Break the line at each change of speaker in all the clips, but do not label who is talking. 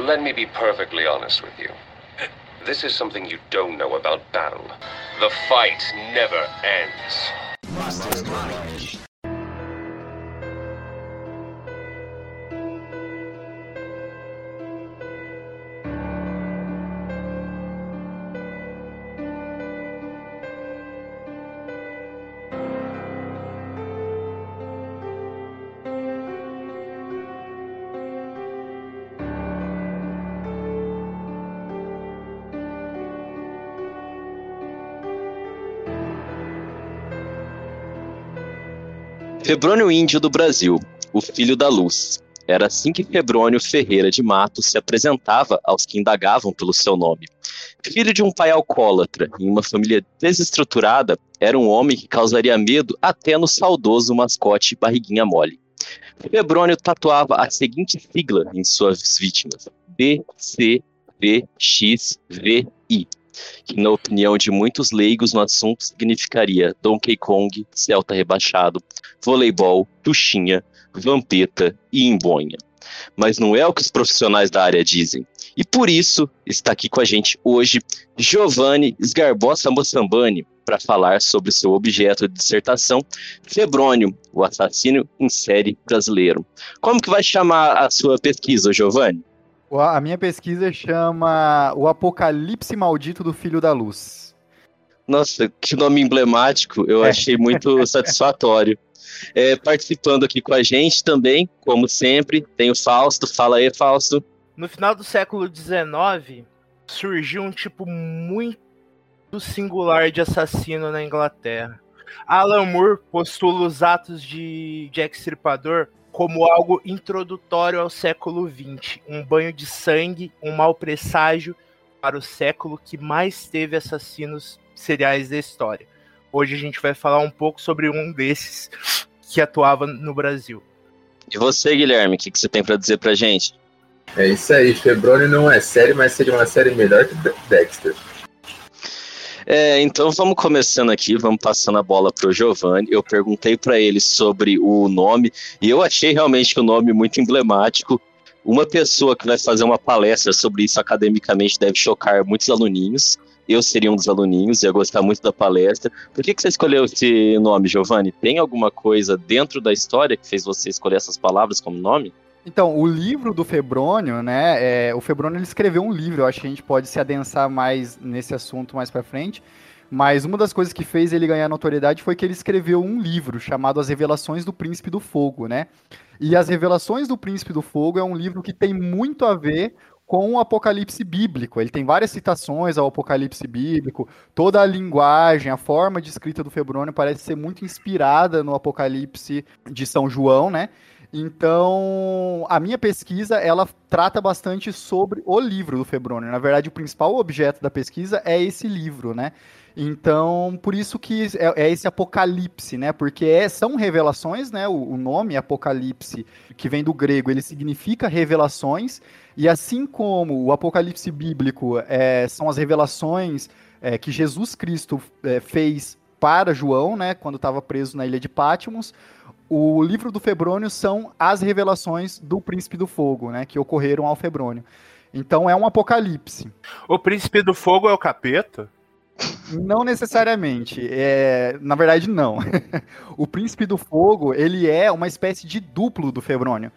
Let me be perfectly honest with you. This is something you don't know about battle. The fight never ends. Master's Mind.
Febrônio Índio do Brasil, o filho da luz. Era assim que Febrônio Ferreira de Matos se apresentava aos que indagavam pelo seu nome. Filho de um pai alcoólatra em uma família desestruturada, era um homem que causaria medo até no saudoso mascote Barriguinha Mole. Febrônio tatuava a seguinte sigla em suas vítimas: BCVXVI, que na opinião de muitos leigos no assunto significaria Donkey Kong, Celta rebaixado, voleibol, tuchinha, vampeta e imbonha. Mas não é o que os profissionais da área dizem. E por isso está aqui com a gente hoje Giovanni Sgarbossa Mossambani para falar sobre seu objeto de dissertação, Febrônio, o assassino em série brasileiro. Como que vai chamar a sua pesquisa, Giovanni?
A minha pesquisa chama O Apocalipse Maldito do Filho da Luz.
Nossa, que nome emblemático, eu achei muito satisfatório. Participando aqui com a gente também, como sempre, tem o Fausto. Fala aí, Fausto.
No final do século XIX, surgiu um tipo muito singular de assassino na Inglaterra. Alan Moore postula os atos de Jack Stripador como algo introdutório ao século XX, um banho de sangue, um mau presságio para o século que mais teve assassinos seriais da história. Hoje a gente vai falar um pouco sobre um desses que atuava no Brasil.
E você, Guilherme, o que você tem para dizer pra gente?
É isso aí, Febrônio não é série, mas seria uma série melhor que Dexter.
Então vamos começando aqui, vamos passando a bola pro Giovanni. Eu perguntei para ele sobre o nome e eu achei realmente que o nome muito emblemático. Uma pessoa que vai fazer uma palestra sobre isso academicamente deve chocar muitos aluninhos. Eu seria um dos aluninhos, ia gostar muito da palestra. Por que você escolheu esse nome, Giovanni? Tem alguma coisa dentro da história que fez você escolher essas palavras como nome?
Então, o livro do Febrônio, né, o Febrônio ele escreveu um livro, eu acho que a gente pode se adensar mais nesse assunto mais pra frente, mas uma das coisas que fez ele ganhar notoriedade foi que ele escreveu um livro chamado As Revelações do Príncipe do Fogo, né, e As Revelações do Príncipe do Fogo é um livro que tem muito a ver com o Apocalipse bíblico. Ele tem várias citações ao Apocalipse bíblico, toda a linguagem, a forma de escrita do Febrônio parece ser muito inspirada no Apocalipse de São João, né? Então, a minha pesquisa, ela trata bastante sobre o livro do Febrônio. Na verdade, o principal objeto da pesquisa é esse livro, né? Então, por isso que é esse Apocalipse, né? Porque são revelações, né? O nome Apocalipse, que vem do grego, ele significa revelações. E assim como o Apocalipse bíblico são as revelações que Jesus Cristo fez para João, né? Quando estava preso na ilha de Patmos, o livro do Febrônio são as revelações do Príncipe do Fogo, né, que ocorreram ao Febrônio. Então é um apocalipse.
O Príncipe do Fogo é o capeta?
Não necessariamente. Na verdade, não. O Príncipe do Fogo, ele é uma espécie de duplo do Febrônio.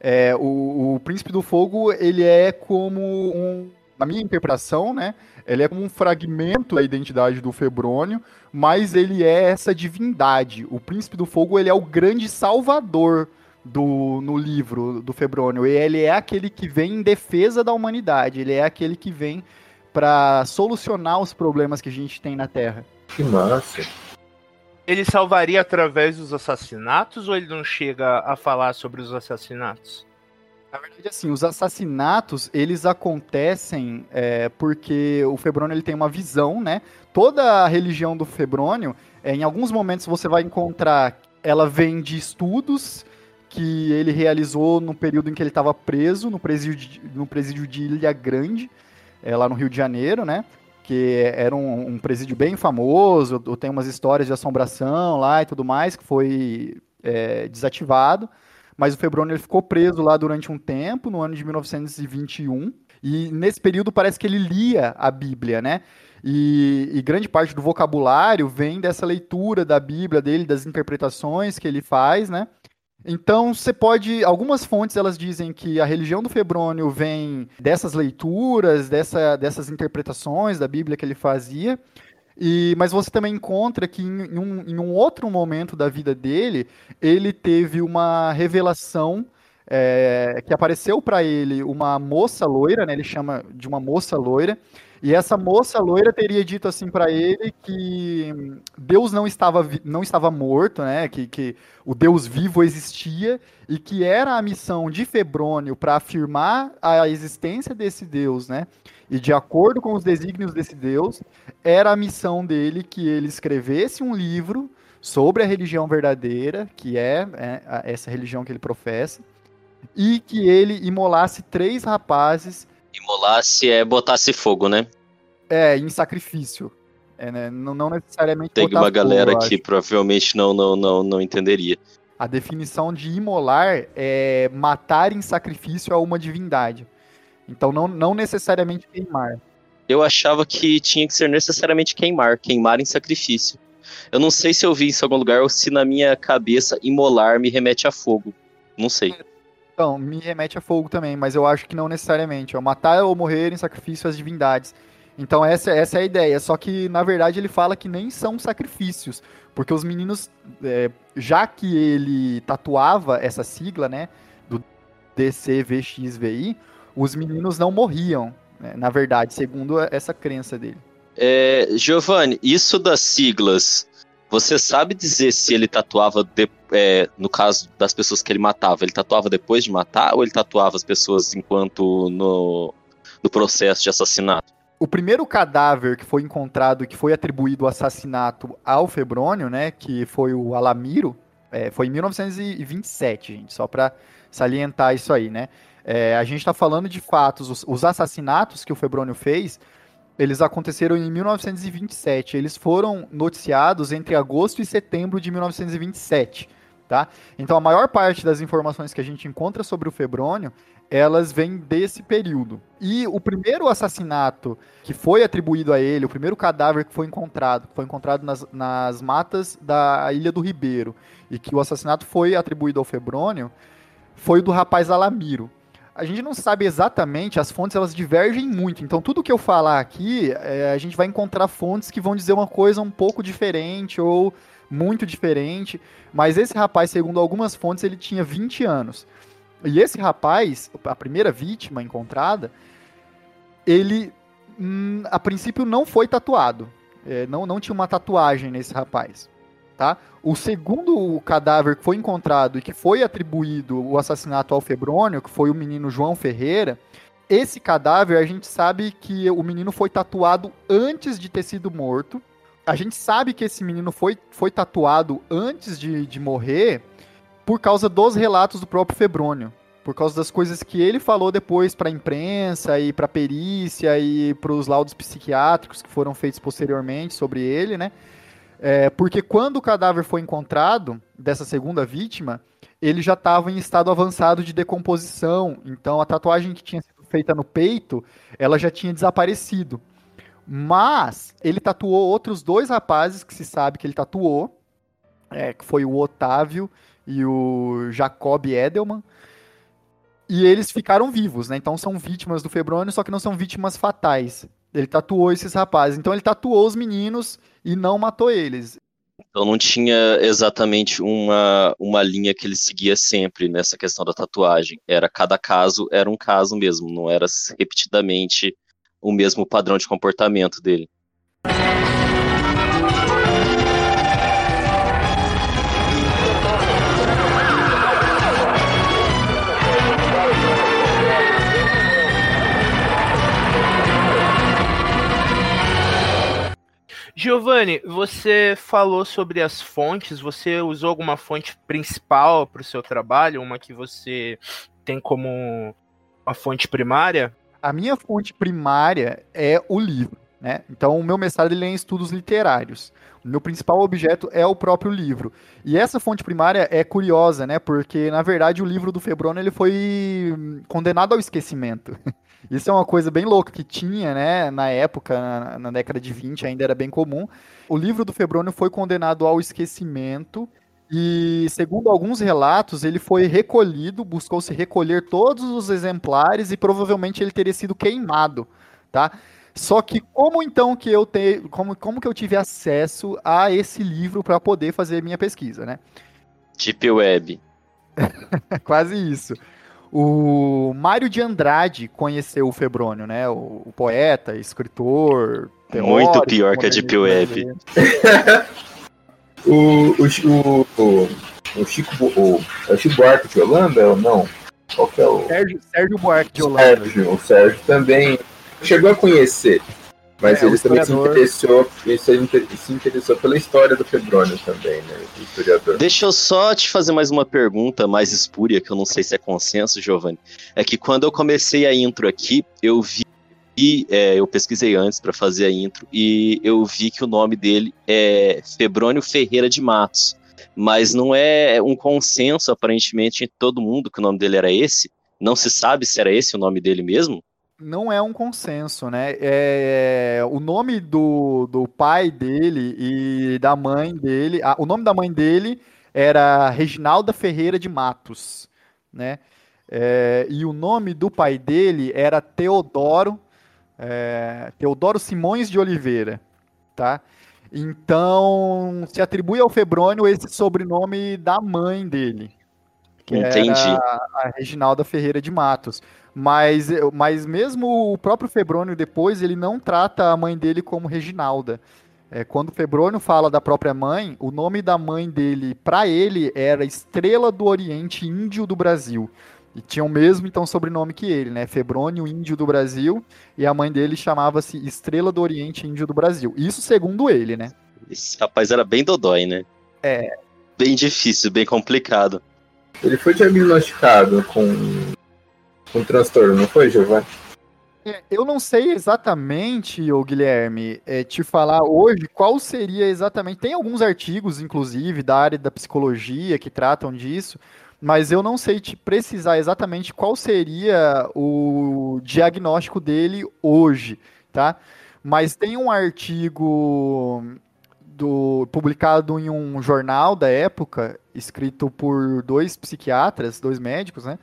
O Príncipe do Fogo, ele é como na minha interpretação, né, ele é como um fragmento da identidade do Febrônio, mas ele é essa divindade. O Príncipe do Fogo, ele é o grande salvador no livro do Febrônio. Ele é aquele que vem em defesa da humanidade. Ele é aquele que vem para solucionar os problemas que a gente tem na Terra.
Que massa!
Ele salvaria através dos assassinatos ou ele não chega a falar sobre os assassinatos?
Na verdade, assim, os assassinatos, eles acontecem porque o Febrônio ele tem uma visão, né? Toda a religião do Febrônio, em alguns momentos você vai encontrar, ela vem de estudos que ele realizou no período em que ele estava preso, no presídio de Ilha Grande, lá no Rio de Janeiro, né? Que era um presídio bem famoso, tem umas histórias de assombração lá e tudo mais, que foi desativado. mas o Febrônio ele ficou preso lá durante um tempo, no ano de 1921, e nesse período parece que ele lia a Bíblia, né? E grande parte do vocabulário vem dessa leitura da Bíblia dele, das interpretações que ele faz, né? Então, você pode. Algumas fontes elas dizem que a religião do Febrônio vem dessas leituras, dessas interpretações da Bíblia que ele fazia. Mas você também encontra que em um outro momento da vida dele, ele teve uma revelação que apareceu para ele uma moça loira, né? Ele chama de uma moça loira. E essa moça loira teria dito assim para ele que Deus não estava morto, né? Que o Deus vivo existia e que era a missão de Febrônio para afirmar a existência desse Deus, né? E de acordo com os desígnios desse Deus, era a missão dele que ele escrevesse um livro sobre a religião verdadeira, que é essa religião que ele professa, e que ele imolasse 3 rapazes.
Imolasse botasse fogo, né?
Em sacrifício. Né? Não necessariamente
Tem
botar
uma galera
fogo,
que provavelmente não entenderia.
A definição de imolar é matar em sacrifício a uma divindade. Então não necessariamente queimar.
Eu achava que tinha que ser necessariamente queimar em sacrifício. Eu não sei se eu vi isso em algum lugar ou se na minha cabeça imolar me remete a fogo. Não sei.
Então, me remete a fogo também, mas eu acho que não necessariamente. Matar ou morrer em sacrifício às divindades. Então essa é a ideia. Só que, na verdade, ele fala que nem são sacrifícios. Porque os meninos, já que ele tatuava essa sigla, né, do DCVXVI, os meninos não morriam, né, na verdade, segundo essa crença dele.
Giovanni, isso das siglas, você sabe dizer se ele tatuava, no caso das pessoas que ele matava, ele tatuava depois de matar ou ele tatuava as pessoas enquanto no processo de assassinato?
O primeiro cadáver que foi encontrado e que foi atribuído o assassinato ao Febrônio, né, que foi o Alamiro, foi em 1927, gente, só para salientar isso aí, né? A gente está falando de fatos, os assassinatos que o Febrônio fez, eles aconteceram em 1927, eles foram noticiados entre agosto e setembro de 1927, tá? Então a maior parte das informações que a gente encontra sobre o Febrônio, elas vêm desse período. E o primeiro assassinato que foi atribuído a ele, o primeiro cadáver que foi encontrado nas matas da Ilha do Ribeiro, e que o assassinato foi atribuído ao Febrônio, foi o do rapaz Alamiro. A gente não sabe exatamente, as fontes elas divergem muito, então tudo que eu falar aqui, a gente vai encontrar fontes que vão dizer uma coisa um pouco diferente ou muito diferente, mas esse rapaz, segundo algumas fontes, ele tinha 20 anos. E esse rapaz, a primeira vítima encontrada, ele a princípio não foi tatuado, não tinha uma tatuagem nesse rapaz. Tá? O segundo cadáver que foi encontrado e que foi atribuído o assassinato ao Febrônio, que foi o menino João Ferreira, esse cadáver a gente sabe que o menino foi tatuado antes de ter sido morto. A gente sabe que esse menino foi tatuado antes de morrer por causa dos relatos do próprio Febrônio, por causa das coisas que ele falou depois para a imprensa e para a perícia e para os laudos psiquiátricos que foram feitos posteriormente sobre ele, né? Porque quando o cadáver foi encontrado, dessa segunda vítima, ele já estava em estado avançado de decomposição. Então, a tatuagem que tinha sido feita no peito, ela já tinha desaparecido. Mas, ele tatuou outros 2 rapazes que se sabe que ele tatuou, que foi o Otávio e o Jacob Edelman. E eles ficaram vivos, né? Então, são vítimas do Febrônio, só que não são vítimas fatais. Ele tatuou esses rapazes. Então, ele tatuou os meninos e não matou eles.
Então não tinha exatamente uma linha que ele seguia sempre nessa questão da tatuagem. Cada caso era um caso mesmo, não era repetidamente o mesmo padrão de comportamento dele.
Giovanni, você falou sobre as fontes, você usou alguma fonte principal para o seu trabalho, uma que você tem como uma fonte primária?
A minha fonte primária é o livro. né? Então, o meu mestrado ele é em estudos literários. O meu principal objeto é o próprio livro. E essa fonte primária é curiosa, né? Porque, na verdade, o livro do Febrônio ele foi condenado ao esquecimento. Isso é uma coisa bem louca que tinha, né? Na época, na década de 20, ainda era bem comum. O livro do Febrônio foi condenado ao esquecimento e, segundo alguns relatos, ele foi recolhido, buscou-se recolher todos os exemplares e provavelmente ele teria sido queimado, tá? Só que como então que eu tenho, como que eu tive acesso a esse livro para poder fazer minha pesquisa, né?
Deep Web.
É quase isso. O Mário de Andrade conheceu o Febrônio, né? O poeta, escritor, teórico,
Muito pior que a Deep Web.
O Chico Buarque de Holanda ou não? Qual que é o...
Sérgio Buarque de Holanda.
O Sérgio também chegou a conhecer, mas ele também se interessou pela história do Febrônio também, né? O historiador.
Deixa eu só te fazer mais uma pergunta mais espúria, que eu não sei se é consenso, Giovanni. É que quando eu comecei a intro aqui, eu pesquisei antes para fazer a intro e eu vi que o nome dele é Febrônio Ferreira de Matos, mas não é um consenso aparentemente em todo mundo que o nome dele era esse. Não se sabe se era esse o nome dele mesmo?
Não é um consenso, né? O nome do pai dele e da mãe dele, o nome da mãe dele era Reginalda Ferreira de Matos, né? E o nome do pai dele era Teodoro Simões de Oliveira, tá? Então, se atribui ao Febrônio esse sobrenome da mãe dele, que
Entendi.
era a Reginalda Ferreira de Matos. Mas mesmo o próprio Febrônio depois, ele não trata a mãe dele como Reginalda. Quando o Febrônio fala da própria mãe, o nome da mãe dele, para ele, era Estrela do Oriente Índio do Brasil. E tinha o mesmo, então, sobrenome que ele, né? Febrônio Índio do Brasil, e a mãe dele chamava-se Estrela do Oriente Índio do Brasil. Isso segundo ele, né?
Esse rapaz era bem dodói, né? Bem difícil, bem complicado.
Ele foi diagnosticado com transtorno, não foi, Giovanni?
Eu não sei exatamente, ô Guilherme, te falar hoje qual seria exatamente. Tem alguns artigos, inclusive, da área da psicologia que tratam disso, mas eu não sei te precisar exatamente qual seria o diagnóstico dele hoje, tá? Mas tem um artigo publicado em um jornal da época, escrito por dois psiquiatras, dois médicos, né?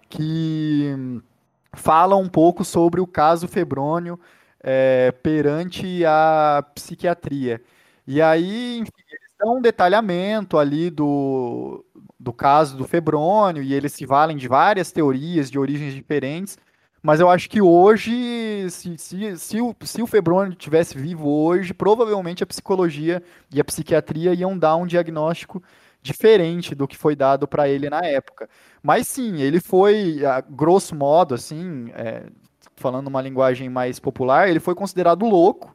Que fala um pouco sobre o caso Febrônio perante a psiquiatria. E aí, enfim, eles dão um detalhamento ali do caso do Febrônio, e eles se valem de várias teorias de origens diferentes, mas eu acho que hoje, se o Febrônio estivesse vivo hoje, provavelmente a psicologia e a psiquiatria iam dar um diagnóstico diferente do que foi dado para ele na época. Mas sim, ele foi, a grosso modo, assim, falando uma linguagem mais popular, ele foi considerado louco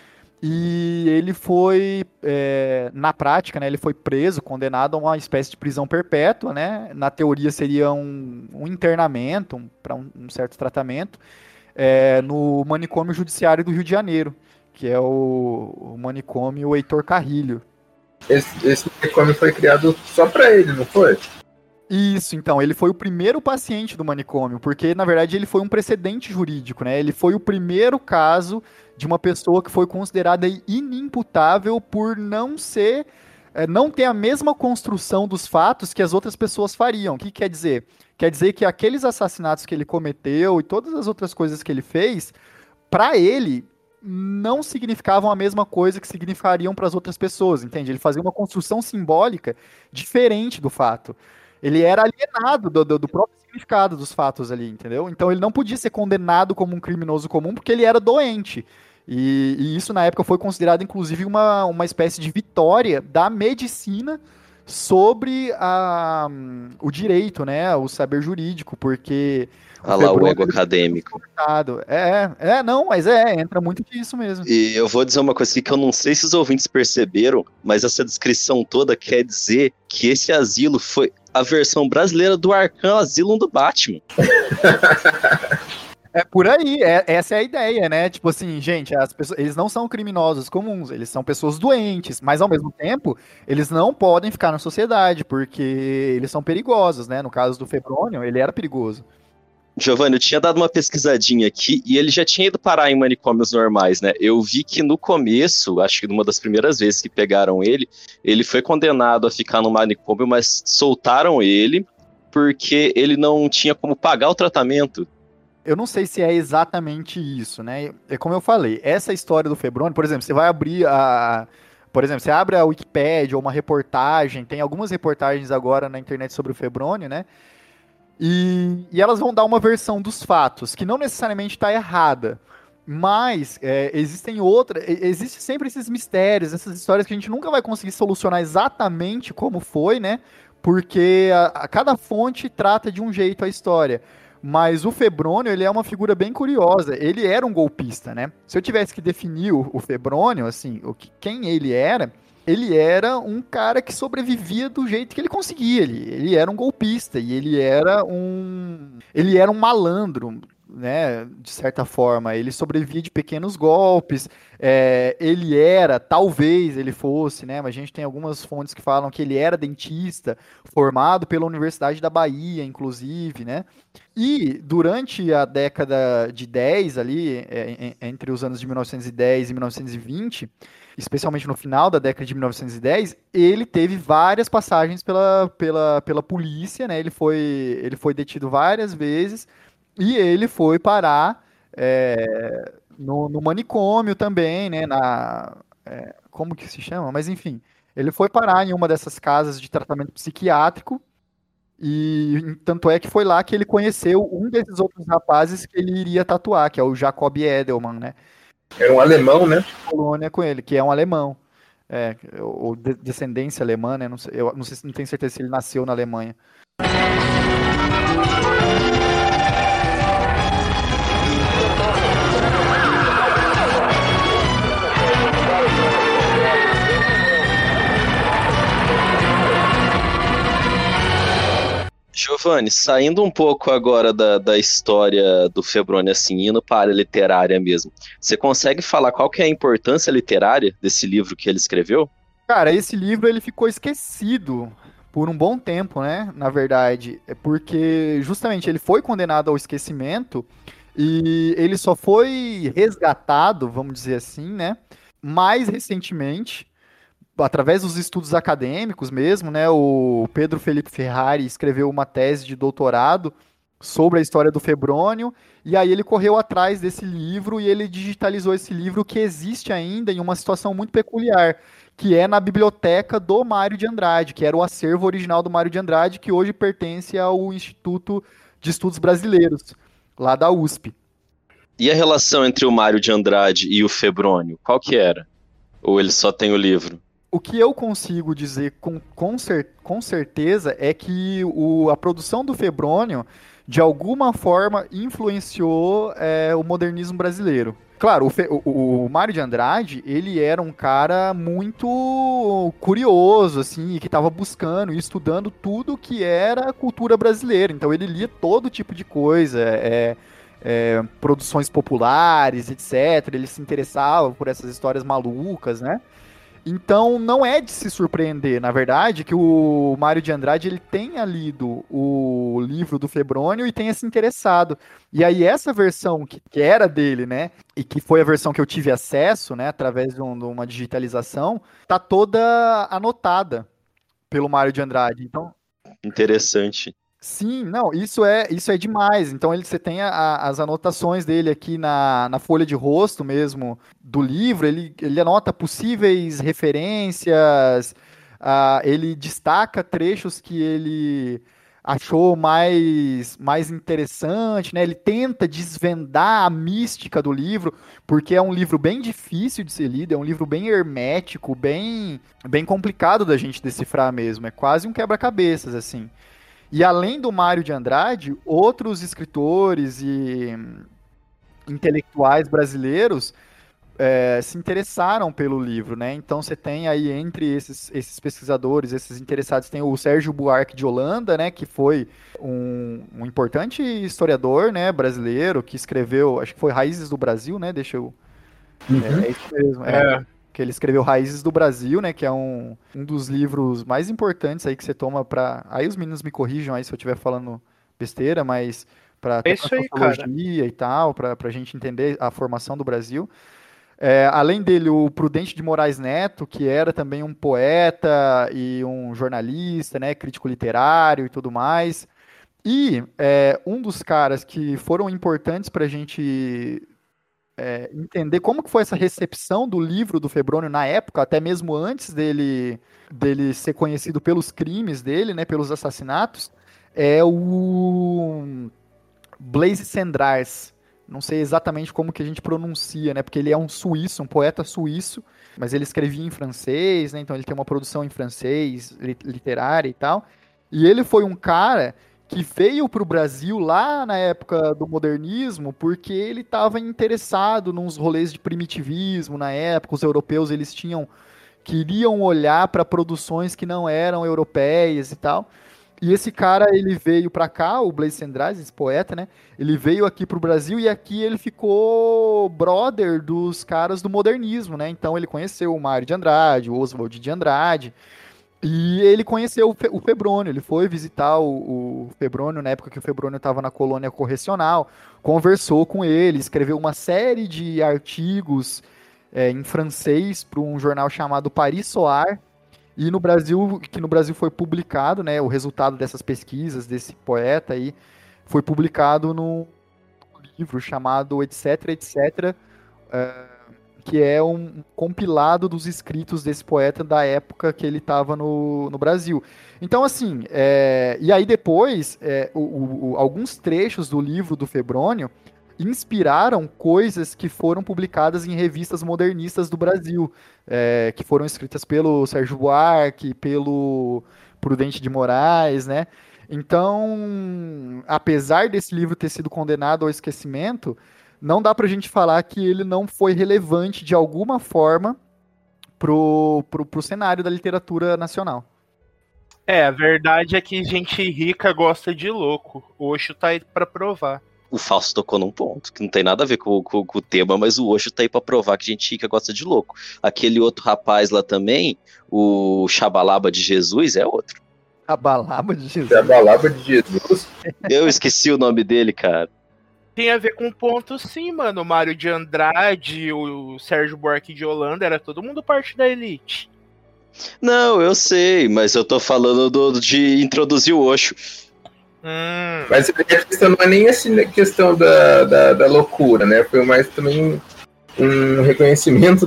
e ele foi, na prática, né, ele foi preso, condenado a uma espécie de prisão perpétua, né? Na teoria seria um internamento para um certo tratamento no manicômio judiciário do Rio de Janeiro, que é o manicômio Heitor Carrilho.
Esse manicômio foi criado só para ele, não foi?
Isso, então, ele foi o primeiro paciente do manicômio, porque, na verdade, ele foi um precedente jurídico, né? Ele foi o primeiro caso de uma pessoa que foi considerada inimputável por não ter a mesma construção dos fatos que as outras pessoas fariam. O que quer dizer? Quer dizer que aqueles assassinatos que ele cometeu e todas as outras coisas que ele fez, para ele, não significavam a mesma coisa que significariam para as outras pessoas, entende? Ele fazia uma construção simbólica diferente do fato. Ele era alienado do próprio significado dos fatos ali, entendeu? Então ele não podia ser condenado como um criminoso comum porque ele era doente. E isso na época foi considerado inclusive uma espécie de vitória da medicina sobre o direito, né? O saber jurídico, porque...
Olha lá o ego acadêmico.
Não, mas entra muito disso mesmo.
E eu vou dizer uma coisa aqui que eu não sei se os ouvintes perceberam, mas essa descrição toda quer dizer que esse asilo foi a versão brasileira do Arkham Asylum do Batman.
É por aí, essa é a ideia, né? Tipo assim, gente, as pessoas, eles não são criminosos comuns, eles são pessoas doentes, mas ao mesmo tempo, eles não podem ficar na sociedade, porque eles são perigosos, né? No caso do Febrônio, ele era perigoso.
Giovanni, eu tinha dado uma pesquisadinha aqui e ele já tinha ido parar em manicômios normais, né? Eu vi que no começo, acho que numa das primeiras vezes que pegaram ele foi condenado a ficar no manicômio, mas soltaram ele porque ele não tinha como pagar o tratamento.
Eu não sei se é exatamente isso, né? É como eu falei, essa história do Febrônio, por exemplo, você vai abrir a. Por exemplo, você abre a Wikipédia ou uma reportagem, tem algumas reportagens agora na internet sobre o Febrônio, né? E elas vão dar uma versão dos fatos, que não necessariamente está errada. Mas existe sempre esses mistérios, essas histórias que a gente nunca vai conseguir solucionar exatamente como foi, né? Porque a cada fonte trata de um jeito a história. Mas o Febrônio, ele é uma figura bem curiosa. Ele era um golpista, né? Se eu tivesse que definir o Febrônio, assim, quem ele era um cara que sobrevivia do jeito que ele conseguia. Ele era um golpista e ele era um malandro, né? De certa forma, ele sobrevivia de pequenos golpes. Talvez ele fosse, né? Mas a gente tem algumas fontes que falam que ele era dentista, formado pela Universidade da Bahia, inclusive, né? E durante a década de 10 ali, entre os anos de 1910 e 1920, especialmente no final da década de 1910, ele teve várias passagens pela polícia, né? Ele foi detido várias vezes e ele foi parar no manicômio também, né? Como que se chama? Mas enfim, ele foi parar em uma dessas casas de tratamento psiquiátrico e tanto é que foi lá que ele conheceu um desses outros rapazes que ele iria tatuar, que é o Jacob Edelman, né?
Era um alemão, né?
Colônia com ele, que é um alemão. Ou descendência alemã, né? Eu não tenho certeza se ele nasceu na Alemanha.
Giovanni, saindo um pouco agora da história do Febrônio, assim, indo para a área literária mesmo, você consegue falar qual que é a importância literária desse livro que ele escreveu?
Cara, esse livro ele ficou esquecido por um bom tempo, né? Na verdade, é porque justamente ele foi condenado ao esquecimento e ele só foi resgatado, vamos dizer assim, né? Mais recentemente, através dos estudos acadêmicos mesmo, né? O Pedro Felipe Ferrari escreveu uma tese de doutorado sobre a história do Febrônio, e aí ele correu atrás desse livro e ele digitalizou esse livro que existe ainda em uma situação muito peculiar, que é na biblioteca do Mário de Andrade, que era o acervo original do Mário de Andrade, que hoje pertence ao Instituto de Estudos Brasileiros, lá da USP.
E a relação entre o Mário de Andrade e o Febrônio, qual que era? Ou ele só tem o livro?
O que eu consigo dizer com certeza é que a produção do Febrônio, de alguma forma, influenciou o modernismo brasileiro. Claro, o Mário de Andrade, ele era um cara muito curioso, assim, que estava buscando e estudando tudo que era a cultura brasileira. Então ele lia todo tipo de coisa, produções populares, etc. Ele se interessava por essas histórias malucas, né? Então, não é de se surpreender, na verdade, que o Mário de Andrade ele tenha lido o livro do Febrônio e tenha se interessado. E aí, essa versão que era dele, né, e que foi a versão que eu tive acesso, né, através de uma digitalização, tá toda anotada pelo Mário de Andrade. Então,
interessante.
sim, não, isso é demais. Então você tem as anotações dele aqui na folha de rosto mesmo do livro, ele anota possíveis referências, ele destaca trechos que ele achou mais interessante, né? Ele tenta desvendar a mística do livro, porque é um livro bem difícil de ser lido, é um livro bem hermético, bem complicado da gente decifrar mesmo, é quase um quebra-cabeças, assim. E além do Mário de Andrade, outros escritores e intelectuais brasileiros se interessaram pelo livro, né? Então você tem aí entre esses pesquisadores, esses interessados, tem o Sérgio Buarque de Holanda, né? Que foi um importante historiador, né? Brasileiro, que escreveu, acho que foi Raízes do Brasil, né? Deixa eu... É isso mesmo, que ele escreveu Raízes do Brasil, né? Que é um dos livros mais importantes aí que você toma para... Aí os meninos me corrijam aí se eu estiver falando besteira, mas para sociologia e tal, para a gente entender a formação do Brasil. Além dele, o Prudente de Moraes Neto, que era também um poeta e um jornalista, né, crítico literário e tudo mais. E um dos caras que foram importantes para a gente entender como que foi essa recepção do livro do Febrônio na época, até mesmo antes dele ser conhecido pelos crimes dele, né, pelos assassinatos, é o Blaise Cendrars. Não sei exatamente como que a gente pronuncia, né? Porque ele é um suíço, um poeta suíço, mas ele escrevia em francês, né? Então ele tem uma produção em francês, literária e tal. E ele foi um cara que veio para o Brasil lá na época do modernismo porque ele estava interessado nos rolês de primitivismo na época. Os europeus queriam olhar para produções que não eram europeias e tal. E esse cara, ele veio para cá, o Blaise Cendrars, esse poeta, né? Ele veio aqui pro Brasil e aqui ele ficou brother dos caras do modernismo, né? Então ele conheceu o Mário de Andrade, o Oswald de Andrade, e ele conheceu o Febrônio. Ele foi visitar o Febrônio na época que o Febrônio estava na colônia correcional, conversou com ele, escreveu uma série de artigos em francês para um jornal chamado Paris Soir. E no Brasil foi publicado, né, o resultado dessas pesquisas, desse poeta aí, foi publicado num livro chamado Etc, Etc, que é um compilado dos escritos desse poeta da época que ele estava no Brasil. Então, assim, e aí depois, alguns trechos do livro do Febrônio inspiraram coisas que foram publicadas em revistas modernistas do Brasil, que foram escritas pelo Sérgio Buarque, pelo Prudente de Moraes, né? Então, apesar desse livro ter sido condenado ao esquecimento, não dá pra gente falar que ele não foi relevante de alguma forma pro cenário da literatura nacional.
A verdade é que gente rica gosta de louco. O Osho tá aí pra provar.
O Fausto tocou num ponto, que não tem nada a ver com o tema, mas o Osho tá aí pra provar que gente rica gosta de louco. Aquele outro rapaz lá também, o Xabalaba de Jesus, é outro.
Xabalaba de Jesus?
Xabalaba de Jesus?
Eu esqueci o nome dele, cara.
Tem a ver com ponto sim, mano. O Mário de Andrade, o Sérgio Buarque de Holanda, era todo mundo parte da elite.
Não, eu sei, mas eu tô falando de introduzir o Osho.
Mas a questão não é nem a questão da loucura, né? Foi mais também um reconhecimento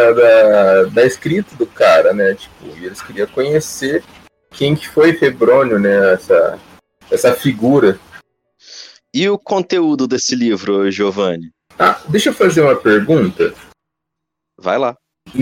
da escrita do cara, né? Tipo, e eles queriam conhecer quem que foi Febrônio, né? Essa figura.
E o conteúdo desse livro, Giovanni?
Deixa eu fazer uma pergunta.
Vai lá.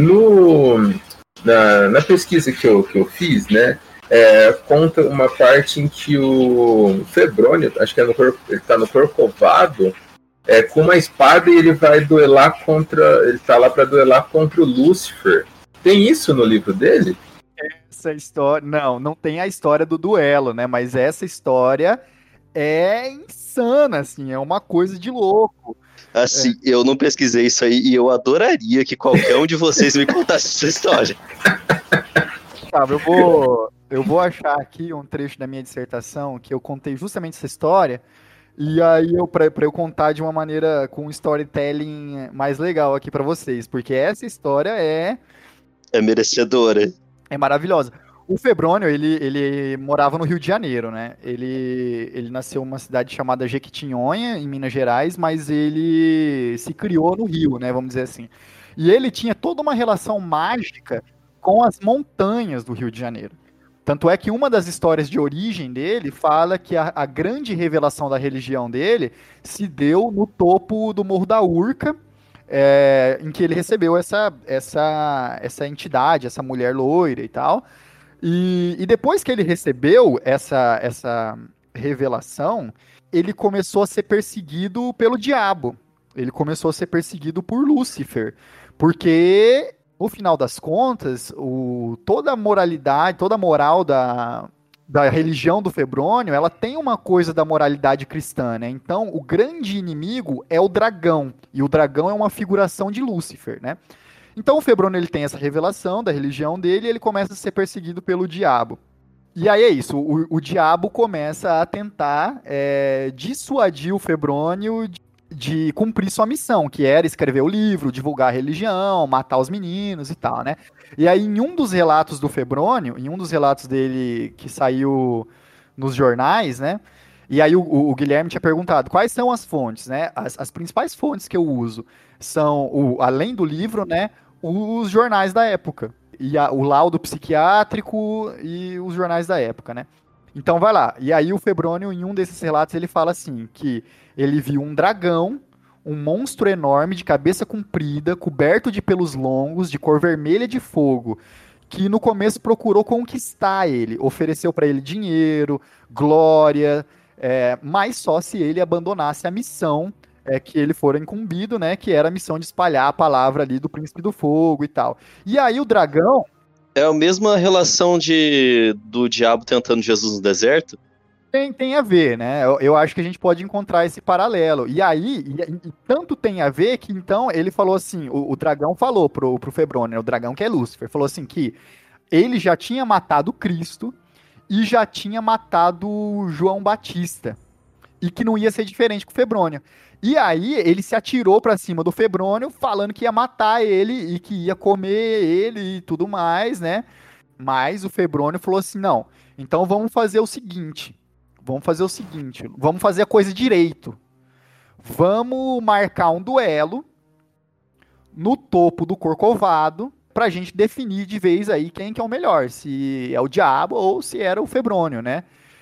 Na pesquisa que eu fiz, né? Conta uma parte em que o Febrônio, acho que ele tá no Corcovado, com uma espada e ele vai duelar ele tá lá para duelar contra o Lúcifer. Tem isso no livro dele?
Essa história, não tem a história do duelo, né? Mas essa história é insana, assim, é uma coisa de louco.
Assim, eu não pesquisei isso aí e eu adoraria que qualquer um de vocês me contasse essa história.
Tá, eu vou achar aqui um trecho da minha dissertação que eu contei justamente essa história, e aí pra eu contar de uma maneira com um storytelling mais legal aqui pra vocês, porque essa história é
merecedora.
É maravilhosa. O Febrônio, ele morava no Rio de Janeiro, né? Ele nasceu numa cidade chamada Jequitinhonha, em Minas Gerais, mas ele se criou no Rio, né? Vamos dizer assim. E ele tinha toda uma relação mágica com as montanhas do Rio de Janeiro. Tanto é que uma das histórias de origem dele fala que a grande revelação da religião dele se deu no topo do Morro da Urca, em que ele recebeu essa entidade, essa mulher loira e tal. E depois que ele recebeu essa revelação, ele começou a ser perseguido pelo diabo. ele começou a ser perseguido por Lúcifer, porque, no final das contas, toda a moralidade, toda a moral da religião do Febrônio, ela tem uma coisa da moralidade cristã, né? Então, o grande inimigo é o dragão, e o dragão é uma figuração de Lúcifer, né? Então, o Febrônio, ele tem essa revelação da religião dele, e ele começa a ser perseguido pelo diabo. E aí é isso, o diabo começa a tentar dissuadir o Febrônio de cumprir sua missão, que era escrever o livro, divulgar a religião, matar os meninos e tal, né? E aí, em um dos relatos do Febrônio, em um dos relatos dele que saiu nos jornais, né? E aí o Guilherme tinha perguntado quais são as fontes, né? As principais fontes que eu uso são, além do livro, né? Os jornais da época. E o laudo psiquiátrico e os jornais da época, né? Então vai lá. E aí o Febrônio, em um desses relatos, ele fala assim, que ele viu um dragão, um monstro enorme de cabeça comprida, coberto de pelos longos, de cor vermelha de fogo, que no começo procurou conquistar ele, ofereceu para ele dinheiro, glória, mas só se ele abandonasse a missão que ele fora incumbido, né, que era a missão de espalhar a palavra ali do Príncipe do Fogo e tal. E aí o dragão...
É a mesma relação do diabo tentando Jesus no deserto?
Tem a ver, né? Eu acho que a gente pode encontrar esse paralelo. E aí, e tanto tem a ver que então ele falou assim, o dragão falou pro Febrônio, o dragão que é Lúcifer, falou assim que ele já tinha matado Cristo e já tinha matado João Batista. E que não ia ser diferente com o Febrônio. E aí ele se atirou pra cima do Febrônio, falando que ia matar ele e que ia comer ele e tudo mais, né? Mas o Febrônio falou assim, não, então vamos fazer o seguinte, vamos fazer a coisa direito. Vamos marcar um duelo no topo do Corcovado pra gente definir de vez aí quem que é o melhor, se é o diabo ou se era o Febrônio, né?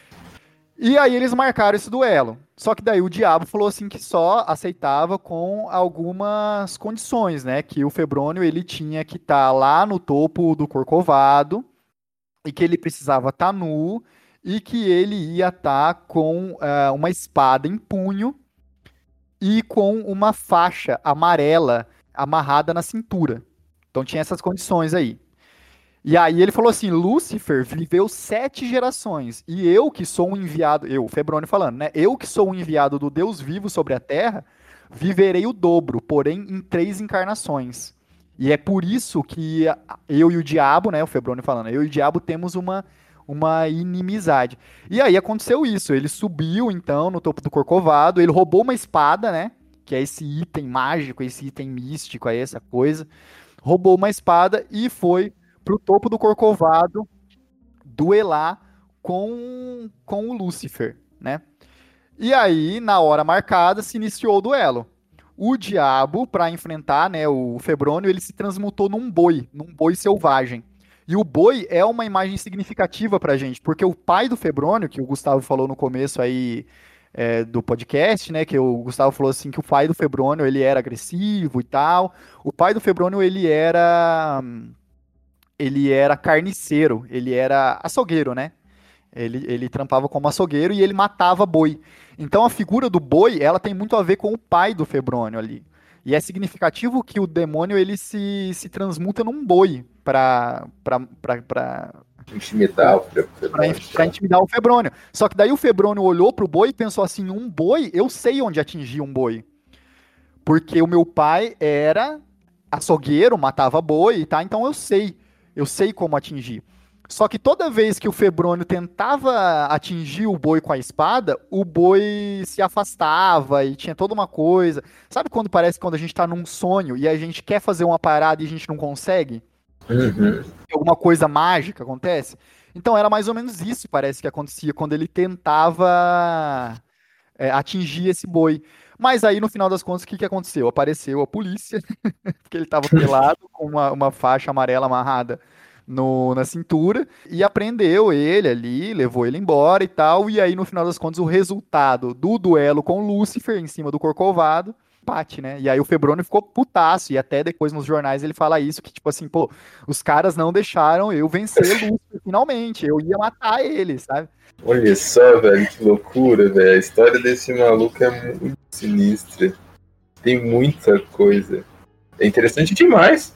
E aí eles marcaram esse duelo. Só que daí o diabo falou assim que só aceitava com algumas condições, né? Que o Febrônio ele tinha que estar lá no topo do Corcovado e que ele precisava estar nu e que ele ia estar com uma espada em punho e com uma faixa amarela amarrada na cintura. Então tinha essas condições aí. E aí ele falou assim, Lúcifer viveu 7 gerações, e eu que sou um enviado, o Febrônio falando, né? Eu que sou um enviado do Deus vivo sobre a terra, viverei o dobro, porém em 3 encarnações. E é por isso que eu e o diabo, né? O Febrônio falando, eu e o diabo temos uma inimizade. E aí aconteceu isso, ele subiu então no topo do Corcovado, ele roubou uma espada, né? Que é esse item mágico, esse item místico, é essa coisa. Roubou uma espada e foi pro topo do Corcovado duelar com o Lúcifer, né? E aí, na hora marcada, se iniciou o duelo. O diabo, para enfrentar, né, o Febrônio, ele se transmutou num boi selvagem. E o boi é uma imagem significativa pra gente, porque o pai do Febrônio, que o Gustavo falou no começo aí do podcast, né, que o Gustavo falou assim que o pai do Febrônio, ele era agressivo e tal. O pai do Febrônio, ele era carniceiro, ele era açougueiro, né? Ele trampava como açougueiro e ele matava boi. Então a figura do boi, ela tem muito a ver com o pai do Febrônio ali. E é significativo que o demônio, ele se transmuta num boi pra
intimidar o Febrônio.
Pra intimidar o Febrônio. Só que daí o Febrônio olhou pro boi e pensou assim, um boi, eu sei onde atingir um boi. Porque o meu pai era açougueiro, matava boi, tá? Então eu sei como atingir. Só que toda vez que o Febrônio tentava atingir o boi com a espada, o boi se afastava e tinha toda uma coisa. Sabe quando a gente tá num sonho e a gente quer fazer uma parada e a gente não consegue?
Uhum.
Alguma coisa mágica acontece? Então era mais ou menos isso, parece que acontecia quando ele tentava atingir esse boi. Mas aí, no final das contas, o que aconteceu? Apareceu a polícia, porque ele estava pelado, com uma faixa amarela amarrada na cintura, e apreendeu ele ali, levou ele embora e tal, e aí, no final das contas, o resultado do duelo com Lúcifer, em cima do Corcovado, empate, né? E aí o Febrônio ficou putaço, e até depois nos jornais ele fala isso, que tipo assim, pô, os caras não deixaram eu vencer Lúcifer finalmente, eu ia matar ele, sabe?
Olha só, velho, que loucura, velho. A história desse maluco é muito sinistra. Tem muita coisa. É interessante demais.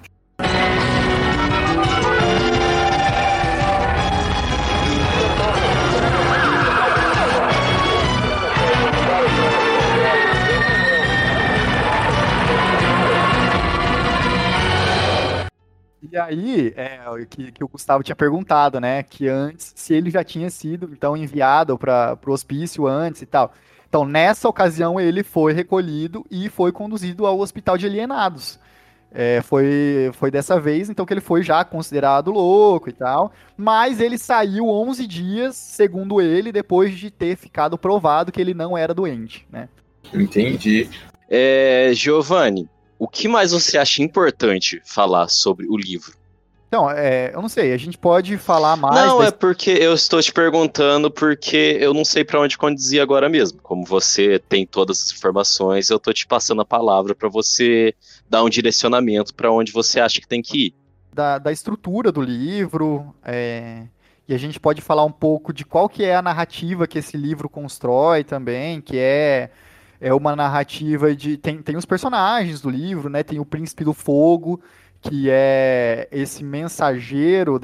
E aí, que o Gustavo tinha perguntado, né? Que antes, se ele já tinha sido, então, enviado para o hospício antes e tal. Então, nessa ocasião, ele foi recolhido e foi conduzido ao hospital de alienados. Foi dessa vez, então, que ele foi já considerado louco e tal. Mas ele saiu 11 dias, segundo ele, depois de ter ficado provado que ele não era doente, né?
Entendi.
Giovanni, o que mais você acha importante falar sobre o livro?
Então, eu não sei, a gente pode falar mais...
Não, é porque eu estou te perguntando porque eu não sei para onde conduzir agora mesmo. Como você tem todas as informações, eu estou te passando a palavra para você dar um direcionamento para onde você acha que tem que ir.
Da estrutura do livro, e a gente pode falar um pouco de qual que é a narrativa que esse livro constrói também, que é uma narrativa de... Tem os personagens do livro, né? Tem o Príncipe do Fogo, que é esse mensageiro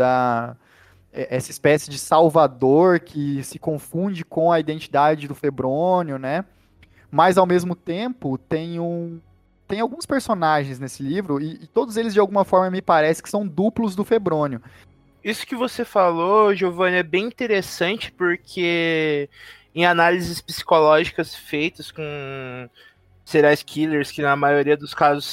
essa espécie de salvador que se confunde com a identidade do Febrônio, né? Mas, ao mesmo tempo, tem alguns personagens nesse livro, e todos eles, de alguma forma, me parece que são duplos do Febrônio.
Isso que você falou, Giovanni, é bem interessante, porque em análises psicológicas feitas com serial killers, que na maioria dos casos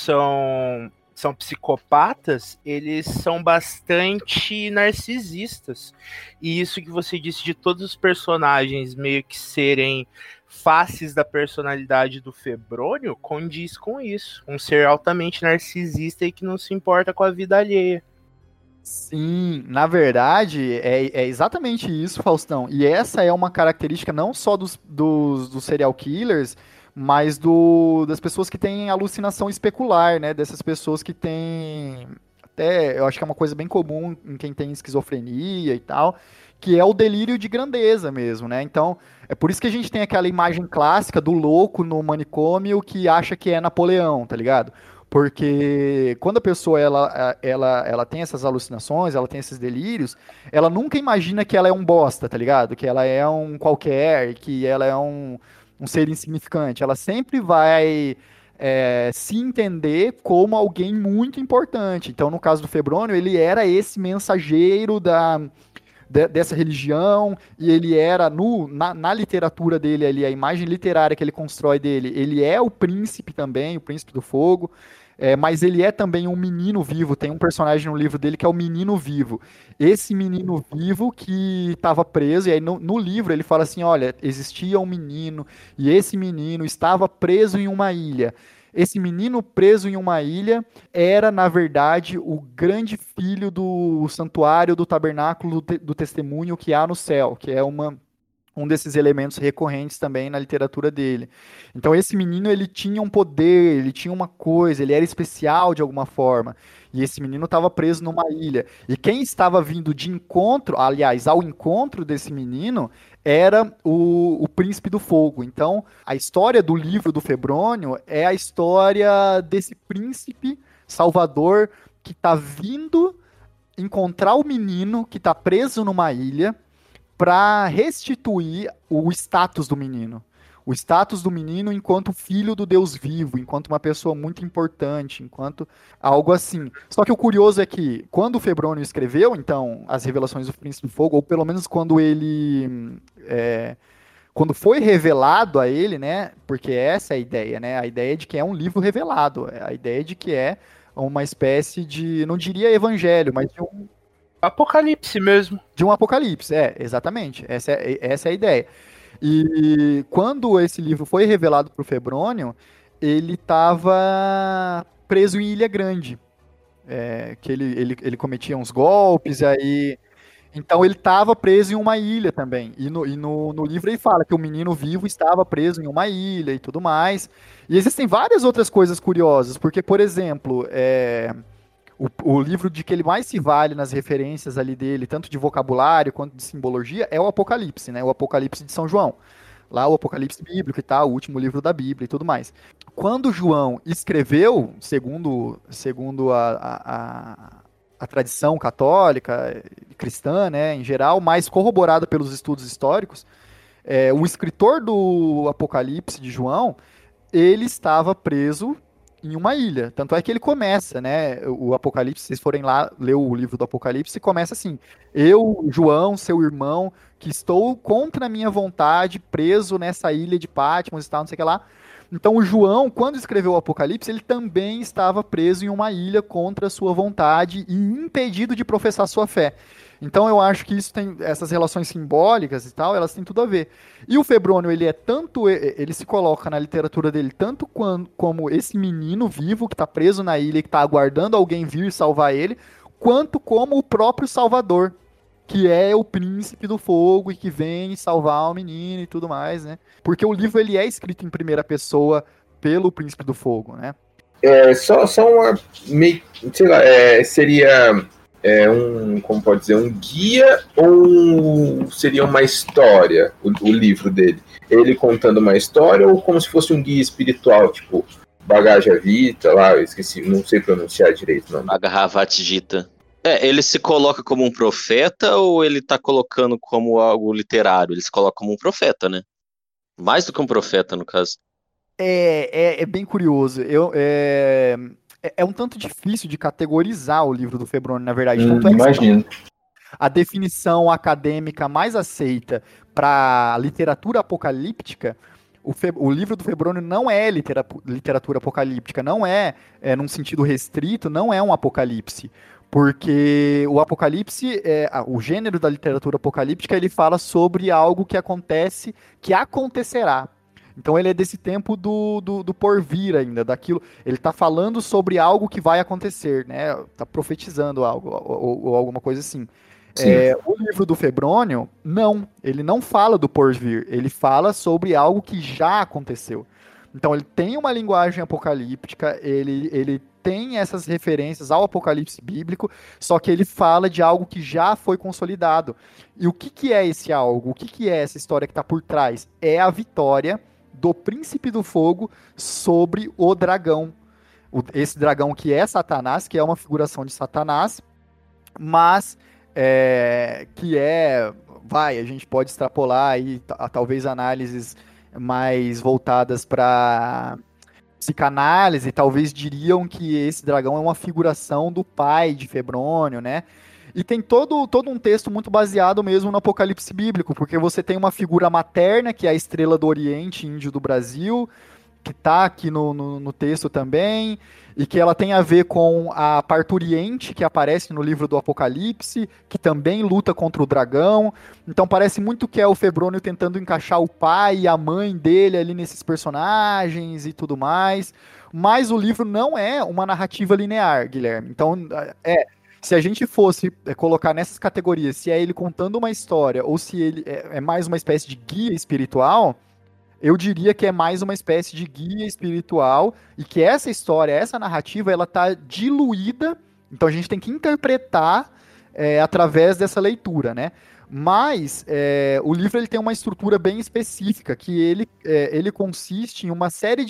são psicopatas, eles são bastante narcisistas. E isso que você disse de todos os personagens meio que serem faces da personalidade do Febrônio, condiz com isso. Um ser altamente narcisista e que não se importa com a vida alheia.
Sim, na verdade, é exatamente isso, Faustão. E essa é uma característica não só dos serial killers, mas das pessoas que têm alucinação especular, né? Dessas pessoas que têm... Até, eu acho que é uma coisa bem comum em quem tem esquizofrenia e tal, que é o delírio de grandeza mesmo, né? Então, é por isso que a gente tem aquela imagem clássica do louco no manicômio que acha que é Napoleão, tá ligado? Porque quando a pessoa ela tem essas alucinações, ela tem esses delírios, ela nunca imagina que ela é um bosta, tá ligado? Que ela é um qualquer, que ela é um ser insignificante. Ela sempre vai se entender como alguém muito importante. Então, no caso do Febrônio, ele era esse mensageiro dessa religião, e ele era, na literatura dele ali, a imagem literária que ele constrói dele, ele é o príncipe também, o príncipe do fogo, mas ele é também um menino vivo. Tem um personagem no livro dele que é o menino vivo. Esse menino vivo que estava preso, e aí no livro ele fala assim, olha, existia um menino, e esse menino estava preso em uma ilha. Esse menino preso em uma ilha era, na verdade, o grande filho do santuário do tabernáculo do testemunho que há no céu, que é um desses elementos recorrentes também na literatura dele. Então esse menino, ele tinha um poder, ele tinha uma coisa, ele era especial de alguma forma. E esse menino estava preso numa ilha. E quem estava vindo de encontro, aliás, ao encontro desse menino, era o Príncipe do Fogo. Então, a história do livro do Febrônio é a história desse príncipe salvador que está vindo encontrar o menino que está preso numa ilha para restituir o status do menino. O status do menino enquanto filho do Deus vivo, enquanto uma pessoa muito importante, enquanto algo assim. Só que o curioso é que, quando o Febrônio escreveu, então, as Revelações do Príncipe do Fogo, ou pelo menos quando quando foi revelado a ele, né, porque essa é a ideia, né, a ideia de que é um livro revelado, a ideia de que é uma espécie de, não diria evangelho, mas de um...
Apocalipse mesmo.
De um apocalipse, exatamente, essa é a ideia. E quando esse livro foi revelado para o Febrônio, ele estava preso em Ilha Grande, que ele cometia uns golpes, aí... Então ele estava preso em uma ilha também. E no livro ele fala que o menino vivo estava preso em uma ilha e tudo mais. E existem várias outras coisas curiosas, porque, por exemplo, o livro de que ele mais se vale nas referências ali dele, tanto de vocabulário quanto de simbologia, é o Apocalipse, né? O Apocalipse de São João. lá o Apocalipse bíblico e tal, o último livro da Bíblia e tudo mais. Quando João escreveu, segundo a tradição católica, cristã, né, em geral, mais corroborada pelos estudos históricos, o escritor do Apocalipse de João, ele estava preso em uma ilha. Tanto é que ele começa, né, o Apocalipse, se vocês forem lá ler o livro do Apocalipse, começa assim: eu, João, seu irmão, que estou contra a minha vontade, preso nessa ilha de Patmos e tal, não sei o que lá. Então o João, quando escreveu o Apocalipse, ele também estava preso em uma ilha contra a sua vontade e impedido de professar sua fé. Então eu acho que isso tem essas relações simbólicas e tal, elas têm tudo a ver. E o Febrônio, ele se coloca na literatura dele tanto como esse menino vivo que está preso na ilha e que está aguardando alguém vir salvar ele, quanto como o próprio Salvador, que é o príncipe do fogo e que vem salvar o menino e tudo mais, né? Porque o livro ele é escrito em primeira pessoa pelo príncipe do fogo, né?
Só uma meio, sei lá, seria como pode dizer, um guia ou seria uma história, o livro dele? Ele contando uma história ou como se fosse um guia espiritual, tipo Bhagavad Gita, lá, eu esqueci, não sei pronunciar direito, não.
Bhagavad Gita. Ele se coloca como um profeta ou ele tá colocando como algo literário? Ele se coloca como um profeta, né? Mais do que um profeta, no caso.
É bem curioso. É um tanto difícil de categorizar o livro do Febrônio, na verdade.
Imagino.
A definição acadêmica mais aceita para literatura apocalíptica, o livro do Febrônio não é literatura apocalíptica, não num sentido restrito, não é um apocalipse. Porque o apocalipse, o gênero da literatura apocalíptica, ele fala sobre algo que acontece, que acontecerá. Então ele é desse tempo do porvir ainda, daquilo. Ele está falando sobre algo que vai acontecer, né? Está profetizando algo, ou alguma coisa assim. O livro do Febrônio, não. Ele não fala do porvir, ele fala sobre algo que já aconteceu. Então ele tem uma linguagem apocalíptica, ele tem essas referências ao apocalipse bíblico, só que ele fala de algo que já foi consolidado. E o que é esse algo? O que é essa história que está por trás? É a vitória do príncipe do fogo sobre o dragão. Esse dragão que é Satanás, que é uma figuração de Satanás, mas a gente pode extrapolar aí talvez análises mais voltadas para psicanálise, talvez diriam que esse dragão é uma figuração do pai de Febrônio, né? E tem todo um texto muito baseado mesmo no Apocalipse bíblico, porque você tem uma figura materna, que é a estrela do Oriente Índio do Brasil, que está aqui no texto também, e que ela tem a ver com a parturiente, que aparece no livro do Apocalipse, que também luta contra o dragão. Então parece muito que é o Febrônio tentando encaixar o pai e a mãe dele ali nesses personagens e tudo mais. Mas o livro não é uma narrativa linear, Guilherme. Então, se a gente fosse colocar nessas categorias, se é ele contando uma história ou se ele é mais uma espécie de guia espiritual, eu diria que é mais uma espécie de guia espiritual e que essa história, essa narrativa, ela tá diluída, então a gente tem que interpretar através dessa leitura, né? Mas o livro ele tem uma estrutura bem específica, que ele consiste em uma série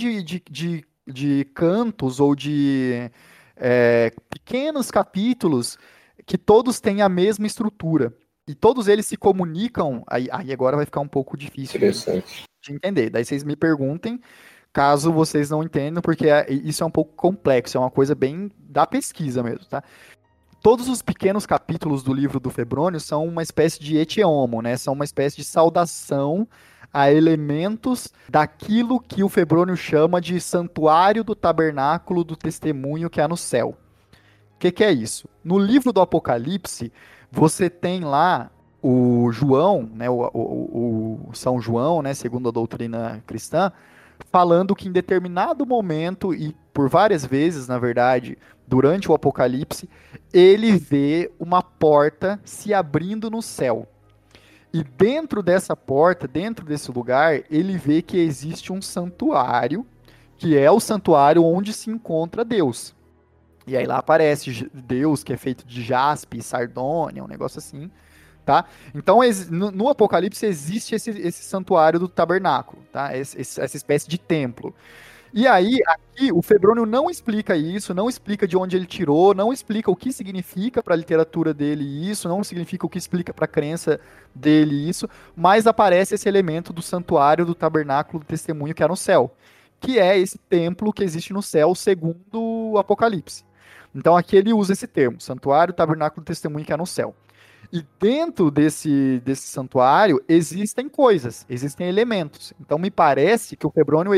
de cantos ou de pequenos capítulos que todos têm a mesma estrutura. E todos eles se comunicam, aí agora vai ficar um pouco difícil de entender. Daí vocês me perguntem, caso vocês não entendam, porque isso é um pouco complexo, é uma coisa bem da pesquisa mesmo, tá? Todos os pequenos capítulos do livro do Febrônio são uma espécie de etieomo, né? São uma espécie de saudação a elementos daquilo que o Febrônio chama de santuário do tabernáculo do testemunho que há no céu. O que é isso? No livro do Apocalipse, você tem lá o João, né, o São João, né, segundo a doutrina cristã, falando que em determinado momento, e por várias vezes, na verdade, durante o Apocalipse, ele vê uma porta se abrindo no céu. E dentro dessa porta, dentro desse lugar, ele vê que existe um santuário, que é o santuário onde se encontra Deus. E aí lá aparece Deus, que é feito de jaspe e sardônia, um negócio assim. tá? Então, no Apocalipse existe esse santuário do tabernáculo, tá? Essa espécie de templo. E aí, aqui, o Febrônio não explica isso, não explica de onde ele tirou, não explica o que significa para a literatura dele isso, não significa o que explica para a crença dele isso, mas aparece esse elemento do santuário do tabernáculo do testemunho que é no céu, que é esse templo que existe no céu segundo o Apocalipse. Então aqui ele usa esse termo, santuário, tabernáculo do testemunho que é no céu. E dentro desse santuário existem coisas, existem elementos. Então me parece que o Febrônio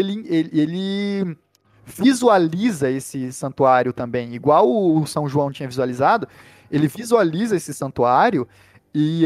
ele visualiza esse santuário também, igual o São João tinha visualizado, ele visualiza esse santuário e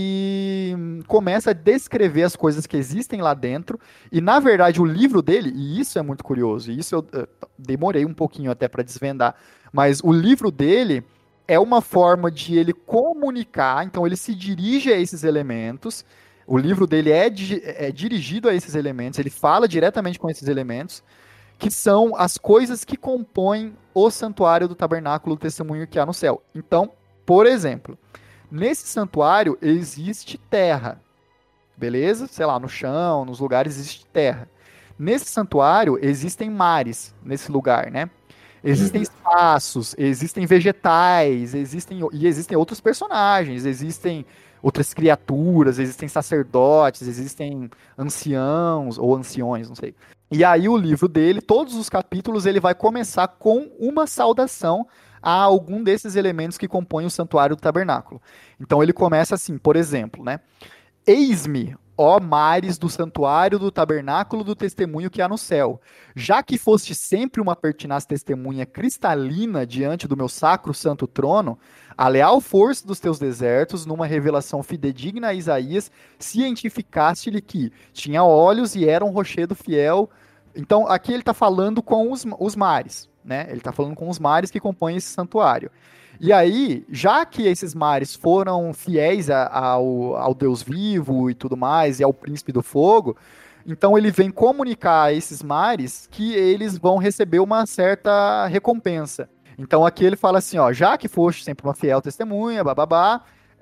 ele começa a descrever as coisas que existem lá dentro. E na verdade o livro dele, e isso é muito curioso, e isso eu demorei um pouquinho até para desvendar, mas o livro dele é uma forma de ele comunicar, então ele se dirige a esses elementos, o livro dele é dirigido a esses elementos, ele fala diretamente com esses elementos, que são as coisas que compõem o santuário do tabernáculo do testemunho que há no céu. Então, por exemplo, nesse santuário existe terra, beleza? Sei lá, no chão, nos lugares existe terra. Nesse santuário existem mares, nesse lugar, né? Existem espaços, existem vegetais, existem outros personagens, existem outras criaturas, existem sacerdotes, existem anciãos ou anciões, não sei. E aí o livro dele, todos os capítulos, ele vai começar com uma saudação a algum desses elementos que compõem o santuário do tabernáculo. Então ele começa assim, por exemplo, né? Eis-me, ó mares do santuário do tabernáculo do testemunho que há no céu, já que foste sempre uma pertinaz testemunha cristalina diante do meu sacro santo trono, a leal força dos teus desertos, numa revelação fidedigna a Isaías, cientificaste-lhe que tinha olhos e era um rochedo fiel. Então aqui ele está falando com os mares, né? Ele está falando com os mares que compõem esse santuário. E aí, já que esses mares foram fiéis ao Deus vivo e tudo mais, e ao príncipe do fogo, então ele vem comunicar a esses mares que eles vão receber uma certa recompensa. Então aqui ele fala assim, ó, já que foste sempre uma fiel testemunha, bababá,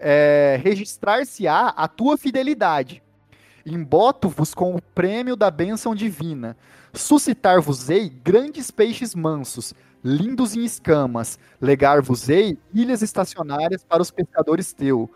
registrar-se-á a tua fidelidade. Emboto-vos com o prêmio da bênção divina. Suscitar-vos-ei grandes peixes mansos, lindos em escamas, legar-vos-ei ilhas estacionárias para os pescadores teus.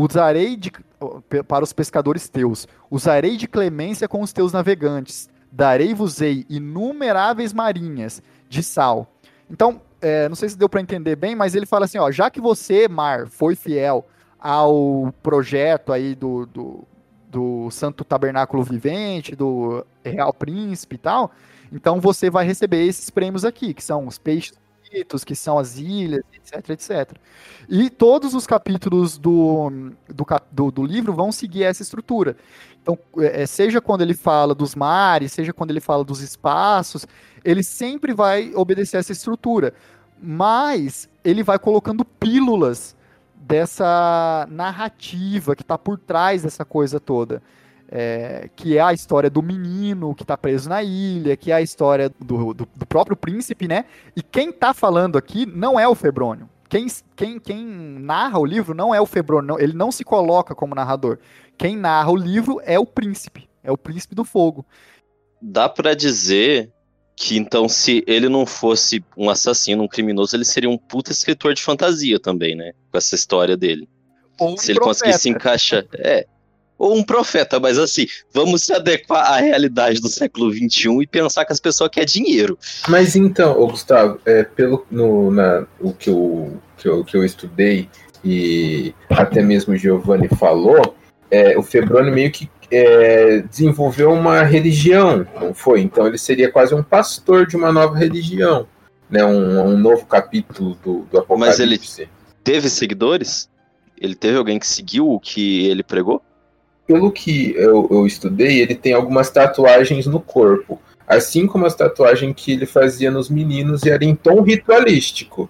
Para os pescadores teus. Usarei de clemência com os teus navegantes. Darei-vos-ei inumeráveis marinhas de sal. Então, não sei se deu para entender bem, mas ele fala assim, ó, já que você, mar, foi fiel ao projeto aí do Santo Tabernáculo Vivente, do Real Príncipe e tal, então você vai receber esses prêmios aqui, que são os peixes bonitos, que são as ilhas, etc, etc. E todos os capítulos do livro vão seguir essa estrutura. Então, seja quando ele fala dos mares, seja quando ele fala dos espaços, ele sempre vai obedecer essa estrutura. Mas ele vai colocando pílulas dessa narrativa que está por trás dessa coisa toda. Que é a história do menino que está preso na ilha, que é a história do próprio príncipe, né? E quem está falando aqui não é o Febrônio. Quem narra o livro não é o Febrônio, não, ele não se coloca como narrador. Quem narra o livro é o príncipe do fogo.
Dá pra dizer que, então, se ele não fosse um assassino, um criminoso, ele seria um puta escritor de fantasia também, né? Com essa história dele.
Ou
se ele conseguisse encaixar... Ou um profeta, mas assim, vamos se adequar à realidade do século XXI e pensar que as pessoas querem dinheiro.
Mas então, Gustavo, o que eu estudei e até mesmo o Giovanni falou, o Febrônio meio que desenvolveu uma religião, não foi? Então ele seria quase um pastor de uma nova religião, né? Um novo capítulo do Apocalipse.
Mas ele teve seguidores? Ele teve alguém que seguiu o que ele pregou?
Pelo que eu estudei, ele tem algumas tatuagens no corpo, assim como as tatuagens que ele fazia nos meninos, e era em tom ritualístico.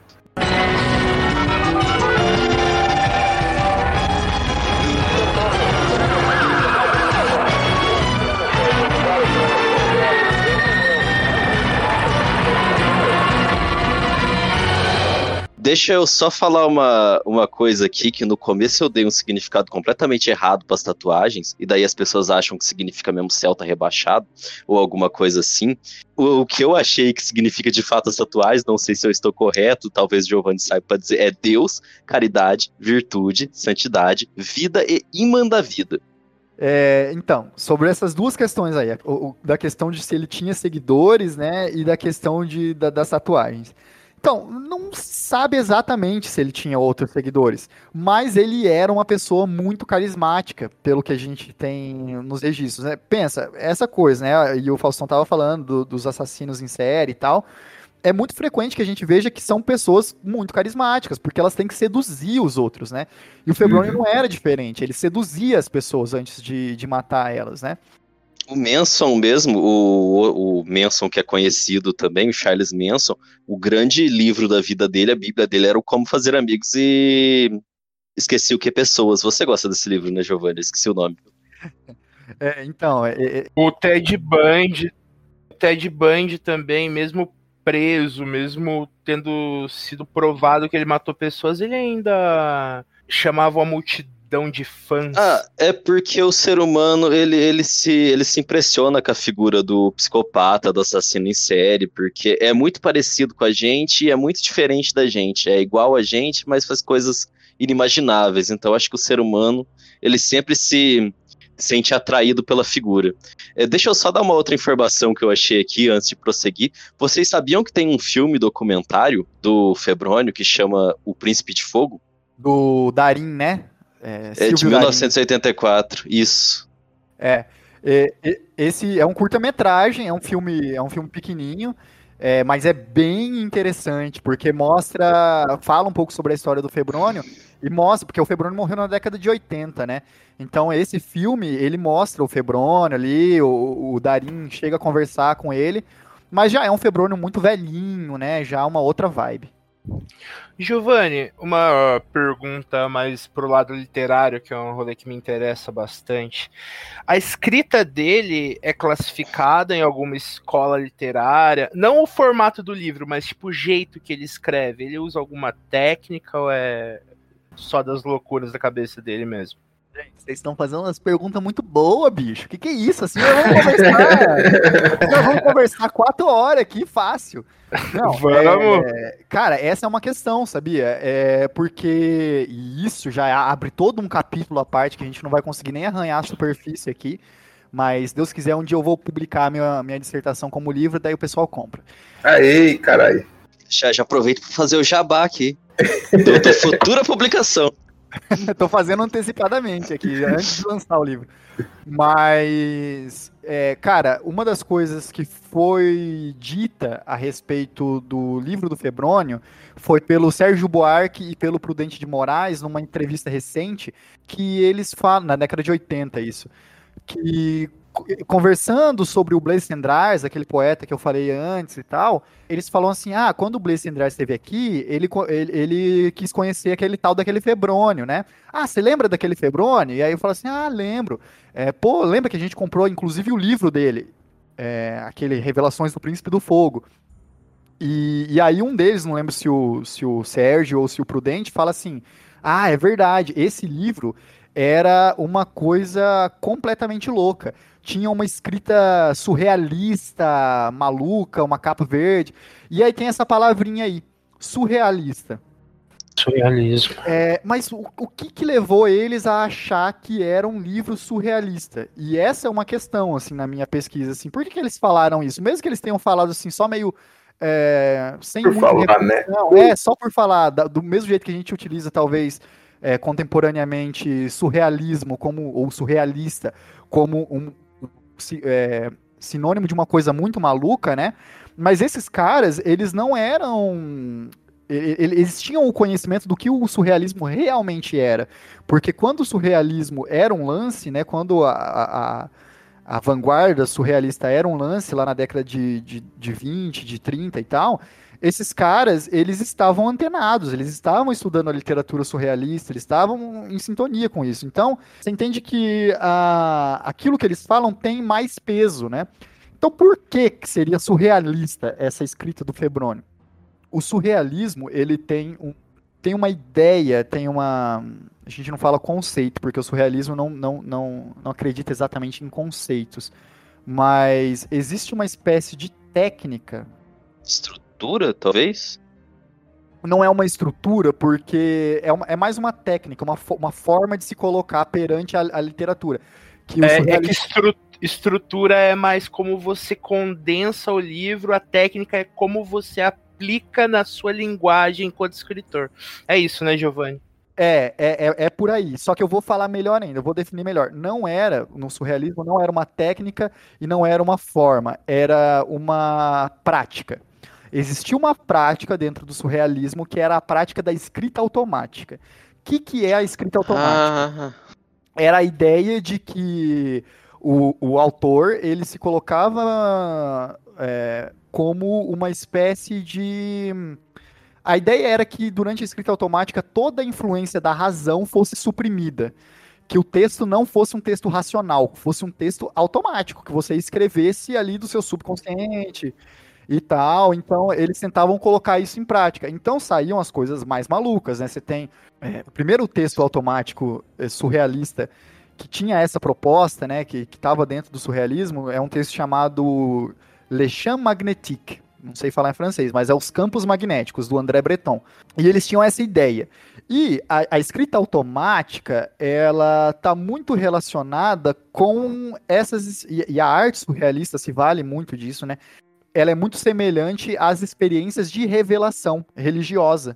Deixa eu só falar uma coisa aqui, que no começo eu dei um significado completamente errado para as tatuagens, e daí as pessoas acham que significa mesmo celta rebaixado, ou alguma coisa assim. O que eu achei que significa de fato as tatuagens, não sei se eu estou correto, talvez Giovanni saiba para dizer, é Deus, caridade, virtude, santidade, vida e imã da vida.
Então, sobre essas duas questões aí, da questão de se ele tinha seguidores, né, e da questão das tatuagens. Então, não sabe exatamente se ele tinha outros seguidores, mas ele era uma pessoa muito carismática, pelo que a gente tem nos registros, né? Pensa, essa coisa, né, e o Faustão tava falando dos assassinos em série e tal, é muito frequente que a gente veja que são pessoas muito carismáticas, porque elas têm que seduzir os outros, né? E o Febrônio não era diferente, ele seduzia as pessoas antes de matar elas, né?
O Manson mesmo, o Manson que é conhecido também, o Charles Manson, o grande livro da vida dele, a Bíblia dele era o Como Fazer Amigos e Esqueci o que é Pessoas. Você gosta desse livro, né, Giovanni? Esqueci o nome.
Então...
O Ted Bundy também, mesmo preso, mesmo tendo sido provado que ele matou pessoas, ele ainda chamava a multidão de fãs.
É porque o ser humano, ele se impressiona com a figura do psicopata, do assassino em série, porque é muito parecido com a gente e é muito diferente da gente. É igual a gente, mas faz coisas inimagináveis. Então acho que o ser humano, ele sempre se sente atraído pela figura. Deixa eu só dar uma outra informação que eu achei aqui antes de prosseguir. Vocês sabiam que tem um filme documentário do Febrônio que chama O Príncipe de Fogo?
Do Darim, né?
É de 1984, isso.
Esse é um curta-metragem, é um filme pequenininho, mas é bem interessante, porque fala um pouco sobre a história do Febrônio, e mostra, porque o Febrônio morreu na década de 80, né? Então esse filme, ele mostra o Febrônio ali, o Darim chega a conversar com ele, mas já é um Febrônio muito velhinho, né? Já uma outra vibe.
Giovanni, uma pergunta mais pro lado literário, que é um rolê que me interessa bastante. A escrita dele é classificada em alguma escola literária? Não o formato do livro, mas tipo o jeito que ele escreve. Ele usa alguma técnica ou é só das loucuras da cabeça dele mesmo?
Gente, vocês estão fazendo umas perguntas muito boas, bicho. O que é isso? Assim, nós vamos conversar 4 horas aqui, fácil. Não,
vamos!
Cara, essa é uma questão, sabia? Porque isso já abre todo um capítulo à parte que a gente não vai conseguir nem arranhar a superfície aqui. Mas, Deus quiser, um dia eu vou publicar minha dissertação como livro, daí o pessoal compra.
Aí, caralho.
Já aproveito para fazer o jabá aqui. Da futura publicação.
Tô fazendo antecipadamente aqui, antes de lançar o livro. Mas, cara, uma das coisas que foi dita a respeito do livro do Febrônio foi pelo Sérgio Buarque e pelo Prudente de Moraes, numa entrevista recente, que eles falam, na década de 80 isso, que conversando sobre o Blaise Cendrars, aquele poeta que eu falei antes e tal, eles falam assim, quando o Blaise Cendrars esteve aqui, ele quis conhecer aquele tal daquele Febrônio, né? Você lembra daquele Febrônio? E aí eu falo assim, lembro. Lembra que a gente comprou, inclusive, o livro dele, aquele Revelações do Príncipe do Fogo. E aí um deles, não lembro se o Sérgio ou se o Prudente, fala assim, é verdade, esse livro era uma coisa completamente louca. Tinha uma escrita surrealista, maluca, uma capa verde. E aí tem essa palavrinha aí, surrealista.
Surrealismo.
Mas o que levou eles a achar que era um livro surrealista? E essa é uma questão, assim, na minha pesquisa. Assim, por que eles falaram isso? Mesmo que eles tenham falado assim, só meio... sem
por falar, né?
Só por falar, do mesmo jeito que a gente utiliza, talvez... contemporaneamente surrealismo ou surrealista como um sinônimo de uma coisa muito maluca, né? Mas esses caras, eles não eram... Eles tinham o conhecimento do que o surrealismo realmente era. Porque quando o surrealismo era um lance, né? Quando a vanguarda surrealista era um lance lá na década de 20, de 30 e tal... Esses caras, eles estavam antenados, eles estavam estudando a literatura surrealista, eles estavam em sintonia com isso. Então, você entende que aquilo que eles falam tem mais peso, né? Então, por que seria surrealista essa escrita do Febrônio? O surrealismo, ele tem uma ideia, tem uma... A gente não fala conceito, porque o surrealismo não acredita exatamente em conceitos. Mas existe uma espécie de técnica.
Estrutura, talvez?
Não é uma estrutura, porque é mais uma técnica, uma forma de se colocar perante a literatura. Que
estrutura é mais como você condensa o livro, a técnica é como você aplica na sua linguagem enquanto escritor. É isso, né, Giovanni?
É por aí. Só que eu vou falar melhor ainda, eu vou definir melhor. No surrealismo, não era uma técnica e não era uma forma, era uma prática. Existia uma prática dentro do surrealismo que era a prática da escrita automática. O que é a escrita automática? Era a ideia de que o autor ele se colocava como uma espécie de... A ideia era que durante a escrita automática toda a influência da razão fosse suprimida. Que o texto não fosse um texto racional, fosse um texto automático, que você escrevesse ali do seu subconsciente e tal. Então, eles tentavam colocar isso em prática. Então, saíam as coisas mais malucas, né? Você tem o primeiro texto automático surrealista que tinha essa proposta, né? Que estava dentro do surrealismo, é um texto chamado Le Champ Magnétique. Não sei falar em francês, mas é Os Campos Magnéticos, do André Breton. E eles tinham essa ideia. E a escrita automática, ela está muito relacionada com essas... E a arte surrealista se vale muito disso, né? Ela é muito semelhante às experiências de revelação religiosa.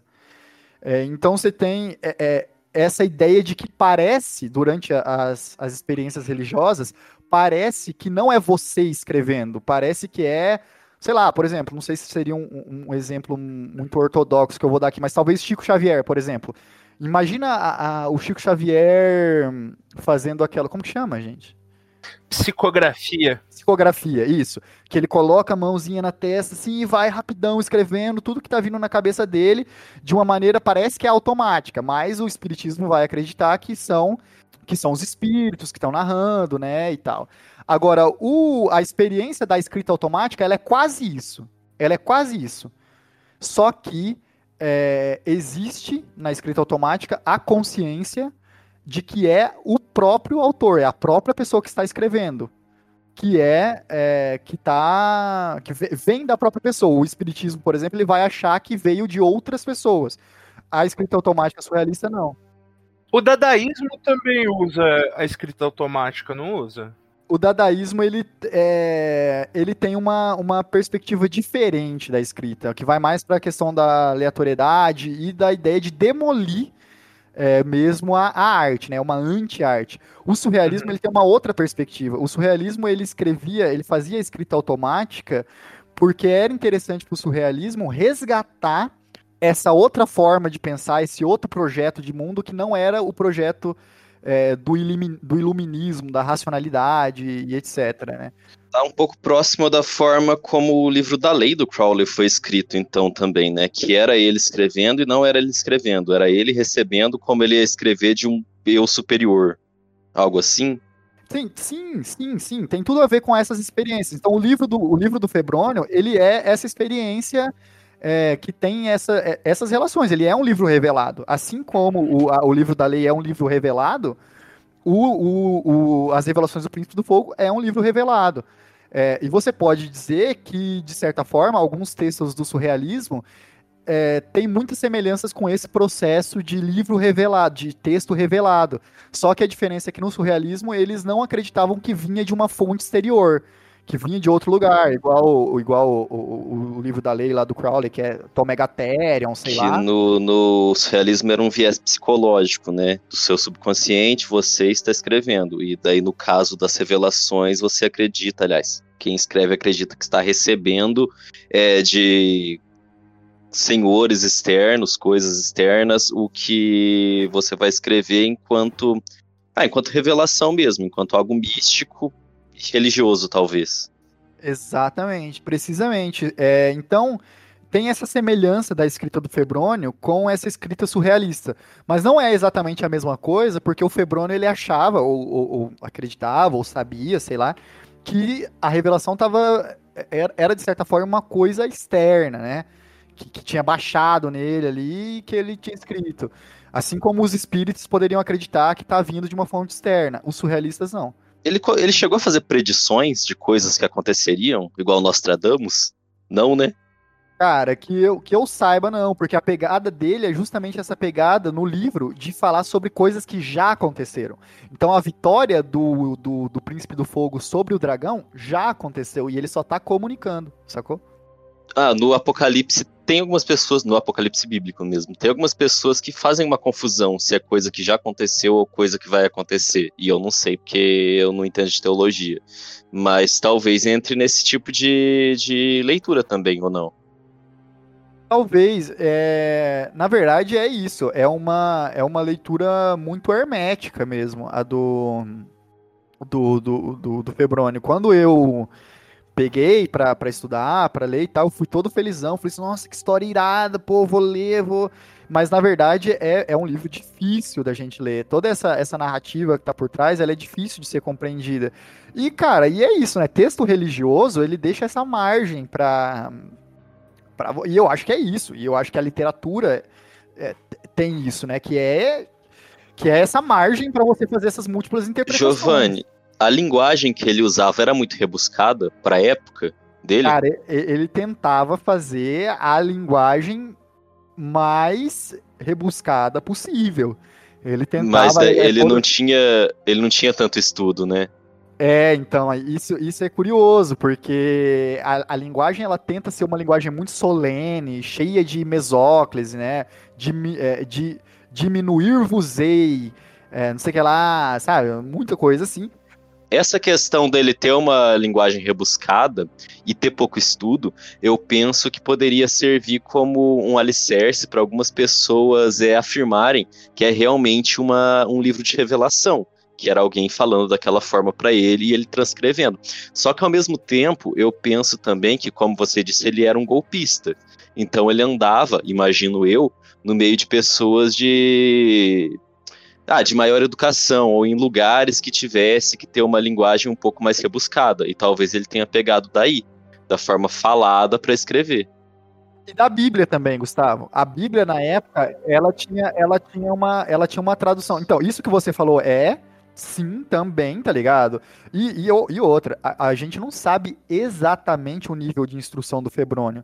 Então você tem essa ideia de que parece, durante as experiências religiosas, parece que não é você escrevendo, parece que sei lá, por exemplo, não sei se seria um exemplo muito ortodoxo que eu vou dar aqui, mas talvez Chico Xavier, por exemplo. Imagina o Chico Xavier fazendo aquela... Como que chama, gente?
Psicografia,
isso. Que ele coloca a mãozinha na testa assim e vai rapidão escrevendo tudo que tá vindo na cabeça dele de uma maneira, parece que é automática, mas o espiritismo vai acreditar que são os espíritos que estão narrando, né, e tal. Agora, a experiência da escrita automática, ela é quase isso. Só que existe na escrita automática a consciência de que é o próprio autor, é a própria pessoa que está escrevendo, que vem da própria pessoa. O espiritismo, por exemplo, ele vai achar que veio de outras pessoas. A escrita automática surrealista, não.
O dadaísmo também usa a escrita automática, não usa?
O dadaísmo, ele tem uma perspectiva diferente da escrita, que vai mais para a questão da aleatoriedade e da ideia de demolir mesmo a arte, né? Uma anti-arte. O surrealismo, ele tem uma outra perspectiva. O surrealismo, ele fazia a escrita automática porque era interessante para o surrealismo resgatar essa outra forma de pensar, esse outro projeto de mundo que não era o projeto do iluminismo, da racionalidade e etc, né?
Tá um pouco próximo da forma como o livro da lei do Crowley foi escrito, então, também, né? Que era ele escrevendo e não era ele escrevendo, era ele recebendo como ele ia escrever de um eu superior. Algo assim?
Sim. Tem tudo a ver com essas experiências. Então, o livro do Febrônio, ele é essa experiência que tem essas relações. Ele é um livro revelado. Assim como o livro da lei é um livro revelado, as Revelações do Príncipe do Fogo é um livro revelado. E você pode dizer que, de certa forma, alguns textos do surrealismo têm muitas semelhanças com esse processo de livro revelado, de texto revelado. Só que a diferença é que no surrealismo eles não acreditavam que vinha de uma fonte exterior, que vinha de outro lugar, igual o livro da lei lá do Crowley, que é Tom Megatherion, sei lá.
Que no surrealismo era um viés psicológico, né? Do seu subconsciente, você está escrevendo. E daí, no caso das revelações, você acredita, aliás, quem escreve acredita que está recebendo de senhores externos, coisas externas, o que você vai escrever enquanto revelação mesmo, enquanto algo místico, religioso, talvez.
Exatamente, precisamente. Então, tem essa semelhança da escrita do Febrônio com essa escrita surrealista. Mas não é exatamente a mesma coisa, porque o Febrônio, ele achava, ou acreditava, ou sabia, sei lá, que a revelação era de certa forma, uma coisa externa, né? que tinha baixado nele ali e que ele tinha escrito. Assim como os espíritos poderiam acreditar que tá vindo de uma fonte externa. Os surrealistas não.
Ele chegou a fazer predições de coisas que aconteceriam, igual Nostradamus? Não, né?
Cara, que eu saiba, não, porque a pegada dele é justamente essa pegada no livro de falar sobre coisas que já aconteceram. Então a vitória do Príncipe do Fogo sobre o dragão já aconteceu e ele só tá comunicando, sacou?
No Apocalipse tem algumas pessoas, no Apocalipse bíblico mesmo, tem algumas pessoas que fazem uma confusão se é coisa que já aconteceu ou coisa que vai acontecer. E eu não sei, porque eu não entendo de teologia. Mas talvez entre nesse tipo de leitura também, ou não?
Talvez, na verdade é isso, é uma leitura muito hermética mesmo, a do Febrônio. Quando eu peguei pra estudar, pra ler e tal, eu fui todo felizão, falei assim, nossa, que história irada, pô, vou ler, vou... Mas na verdade é um livro difícil da gente ler, toda essa narrativa que tá por trás, ela é difícil de ser compreendida. E cara, e é isso, né, texto religioso, ele deixa essa margem e eu acho que é isso, e eu acho que a literatura tem isso, né? Que é essa margem para você fazer essas múltiplas interpretações.
Giovanni, a linguagem que ele usava era muito rebuscada para a época dele?
Cara, ele tentava fazer a linguagem mais rebuscada possível. Ele tentava.
Mas ele não tinha tanto estudo, né?
Então, isso é curioso, porque a linguagem ela tenta ser uma linguagem muito solene, cheia de mesóclise, né? De diminuir-vos-ei, não sei o que lá, sabe? Muita coisa assim.
Essa questão dele ter uma linguagem rebuscada e ter pouco estudo, eu penso que poderia servir como um alicerce para algumas pessoas afirmarem que é realmente um livro de revelação, que era alguém falando daquela forma para ele e ele transcrevendo. Só que ao mesmo tempo, eu penso também que, como você disse, ele era um golpista. Então ele andava, imagino eu, no meio de pessoas de maior educação, ou em lugares que tivesse que ter uma linguagem um pouco mais rebuscada. E talvez ele tenha pegado daí, da forma falada para escrever.
E da Bíblia também, Gustavo. A Bíblia, na época, ela tinha uma tradução. Então, isso que você falou sim, também, tá ligado? E outra, a gente não sabe exatamente o nível de instrução do Febrônio,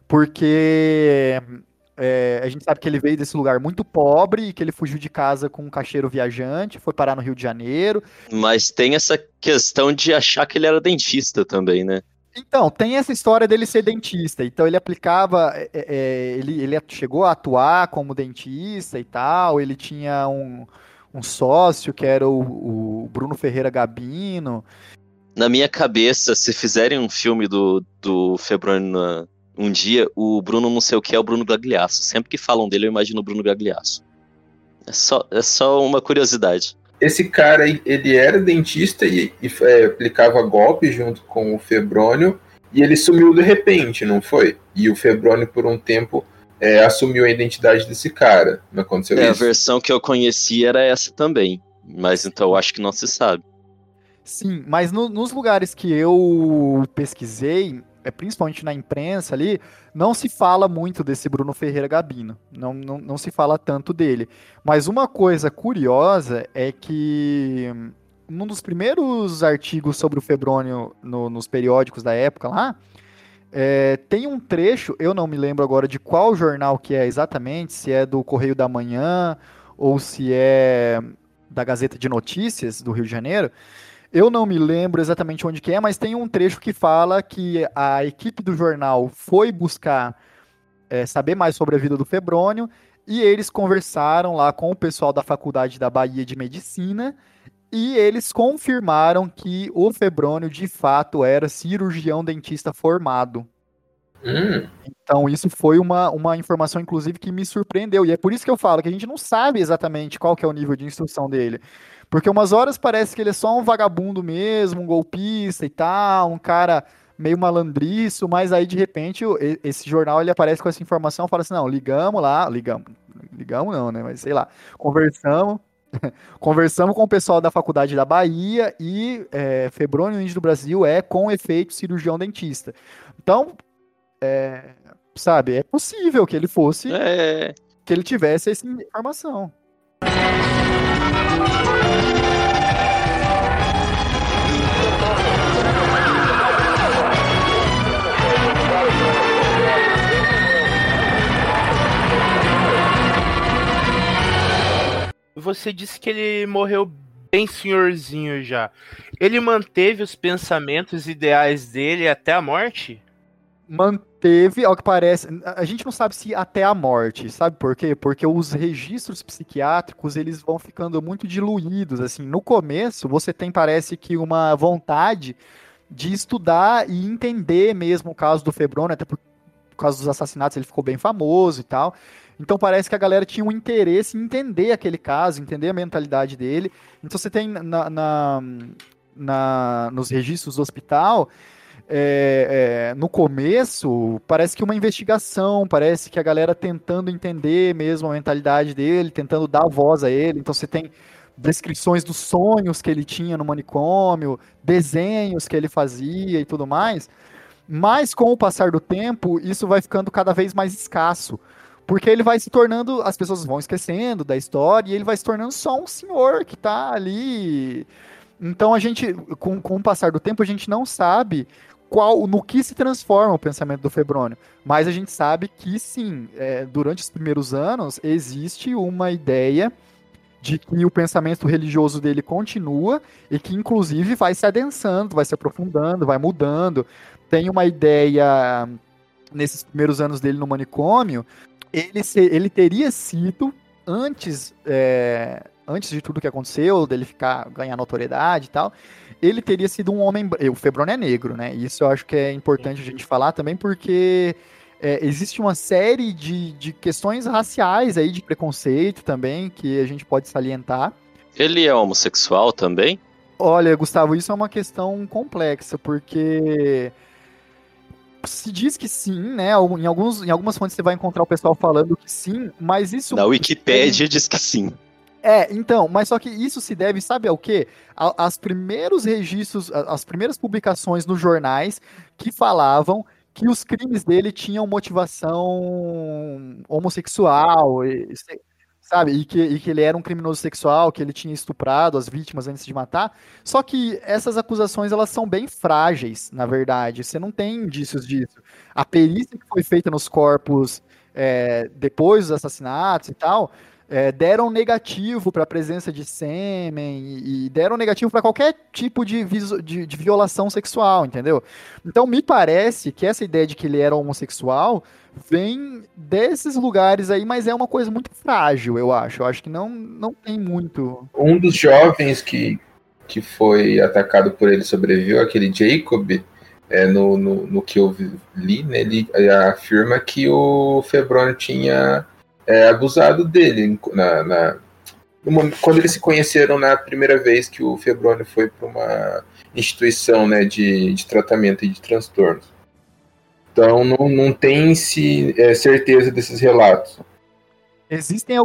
porque a gente sabe que ele veio desse lugar muito pobre e que ele fugiu de casa com um caixeiro viajante, foi parar no Rio de Janeiro.
Mas tem essa questão de achar que ele era dentista também, né?
Então, tem essa história dele ser dentista. Então, ele aplicava, ele chegou a atuar como dentista e tal, ele tinha um sócio que era o Bruno Ferreira Gabino.
Na minha cabeça, se fizerem um filme do Febrônio um dia, o Bruno não sei o que é o Bruno Gagliasso. Sempre que falam dele, eu imagino o Bruno Gagliasso. É só uma curiosidade.
Esse cara, ele era dentista e aplicava golpe junto com o Febrônio, e ele sumiu de repente, não foi? E o Febrônio, por um tempo, assumiu a identidade desse cara. Não aconteceu isso?
A versão que eu conheci era essa também, mas então eu acho que não se sabe.
Sim, mas nos lugares que eu pesquisei, principalmente na imprensa ali, não se fala muito desse Bruno Ferreira Gabino. Não se fala tanto dele. Mas uma coisa curiosa é que num dos primeiros artigos sobre o Febrônio nos periódicos da época lá, tem um trecho, eu não me lembro agora de qual jornal que é exatamente, se é do Correio da Manhã ou se é da Gazeta de Notícias do Rio de Janeiro. Eu não me lembro exatamente onde que é, mas tem um trecho que fala que a equipe do jornal foi buscar saber mais sobre a vida do Febrônio e eles conversaram lá com o pessoal da Faculdade da Bahia de Medicina e eles confirmaram que o Febrônio de fato era cirurgião dentista formado. Então isso foi uma informação, inclusive, que me surpreendeu. E é por isso que eu falo que a gente não sabe exatamente qual que é o nível de instrução dele. Porque umas horas parece que ele é só um vagabundo mesmo, um golpista e tal, um cara meio malandriço, mas aí de repente esse jornal ele aparece com essa informação e fala assim, não, ligamos não, né, mas sei lá, conversamos com o pessoal da Faculdade da Bahia e Febrônio Índio do Brasil com efeito cirurgião dentista. Então, sabe? É possível que ele fosse,
É,
que ele tivesse essa informação.
Você disse que ele morreu bem senhorzinho já. Ele manteve os pensamentos ideais dele até a morte?
Manteve, ao que parece, a gente não sabe se até a morte, sabe por quê? Porque os registros psiquiátricos, eles vão ficando muito diluídos, assim, no começo você tem, parece que uma vontade de estudar e entender mesmo o caso do Febrônio, até por causa dos assassinatos ele ficou bem famoso e tal, então parece que a galera tinha um interesse em entender aquele caso, entender a mentalidade dele, então você tem nos registros do hospital, no começo, parece que uma investigação, parece que a galera tentando entender mesmo a mentalidade dele, tentando dar voz a ele. Então você tem descrições dos sonhos que ele tinha no manicômio, desenhos que ele fazia e tudo mais. Mas com o passar do tempo, isso vai ficando cada vez mais escasso. Porque ele vai se tornando, as pessoas vão esquecendo da história e ele vai se tornando só um senhor que tá ali. Então a gente, com o passar do tempo, a gente não sabe no que se transforma o pensamento do Febrônio. Mas a gente sabe que sim, durante os primeiros anos existe uma ideia de que o pensamento religioso dele continua e que inclusive vai se adensando, vai se aprofundando, vai mudando. Tem uma ideia nesses primeiros anos dele no manicômio, ele teria sido antes de tudo que aconteceu, dele ganhar notoriedade e tal, ele teria sido um homem. O Febrônio é negro, né? E isso eu acho que é importante a gente falar também, porque existe uma série de questões raciais aí, de preconceito também, que a gente pode salientar.
ele é homossexual também?
Olha, Gustavo, isso é uma questão complexa, porque se diz que sim, né? Em algumas fontes você vai encontrar o pessoal falando que sim, mas isso.
Na Wikipédia diz que sim.
Então, mas só que isso se deve, sabe ao quê? Aos primeiros registros, as primeiras publicações nos jornais que falavam que os crimes dele tinham motivação homossexual, sabe? E que ele era um criminoso sexual, que ele tinha estuprado as vítimas antes de matar. Só que essas acusações, elas são bem frágeis, na verdade. Você não tem indícios disso. A perícia que foi feita nos corpos depois dos assassinatos e tal, deram negativo para a presença de sêmen e deram negativo para qualquer tipo de violação sexual, entendeu? Então me parece que essa ideia de que ele era homossexual vem desses lugares aí, mas é uma coisa muito frágil, eu acho. Eu acho que não tem muito.
Um dos jovens que foi atacado por ele sobreviveu, aquele Jacob, no que eu li, né, ele afirma que o Febrônio tinha abusado dele quando eles se conheceram na primeira vez que o Febrônio foi para uma instituição, né, de tratamento e de transtornos. Então não tem certeza desses relatos.
Existe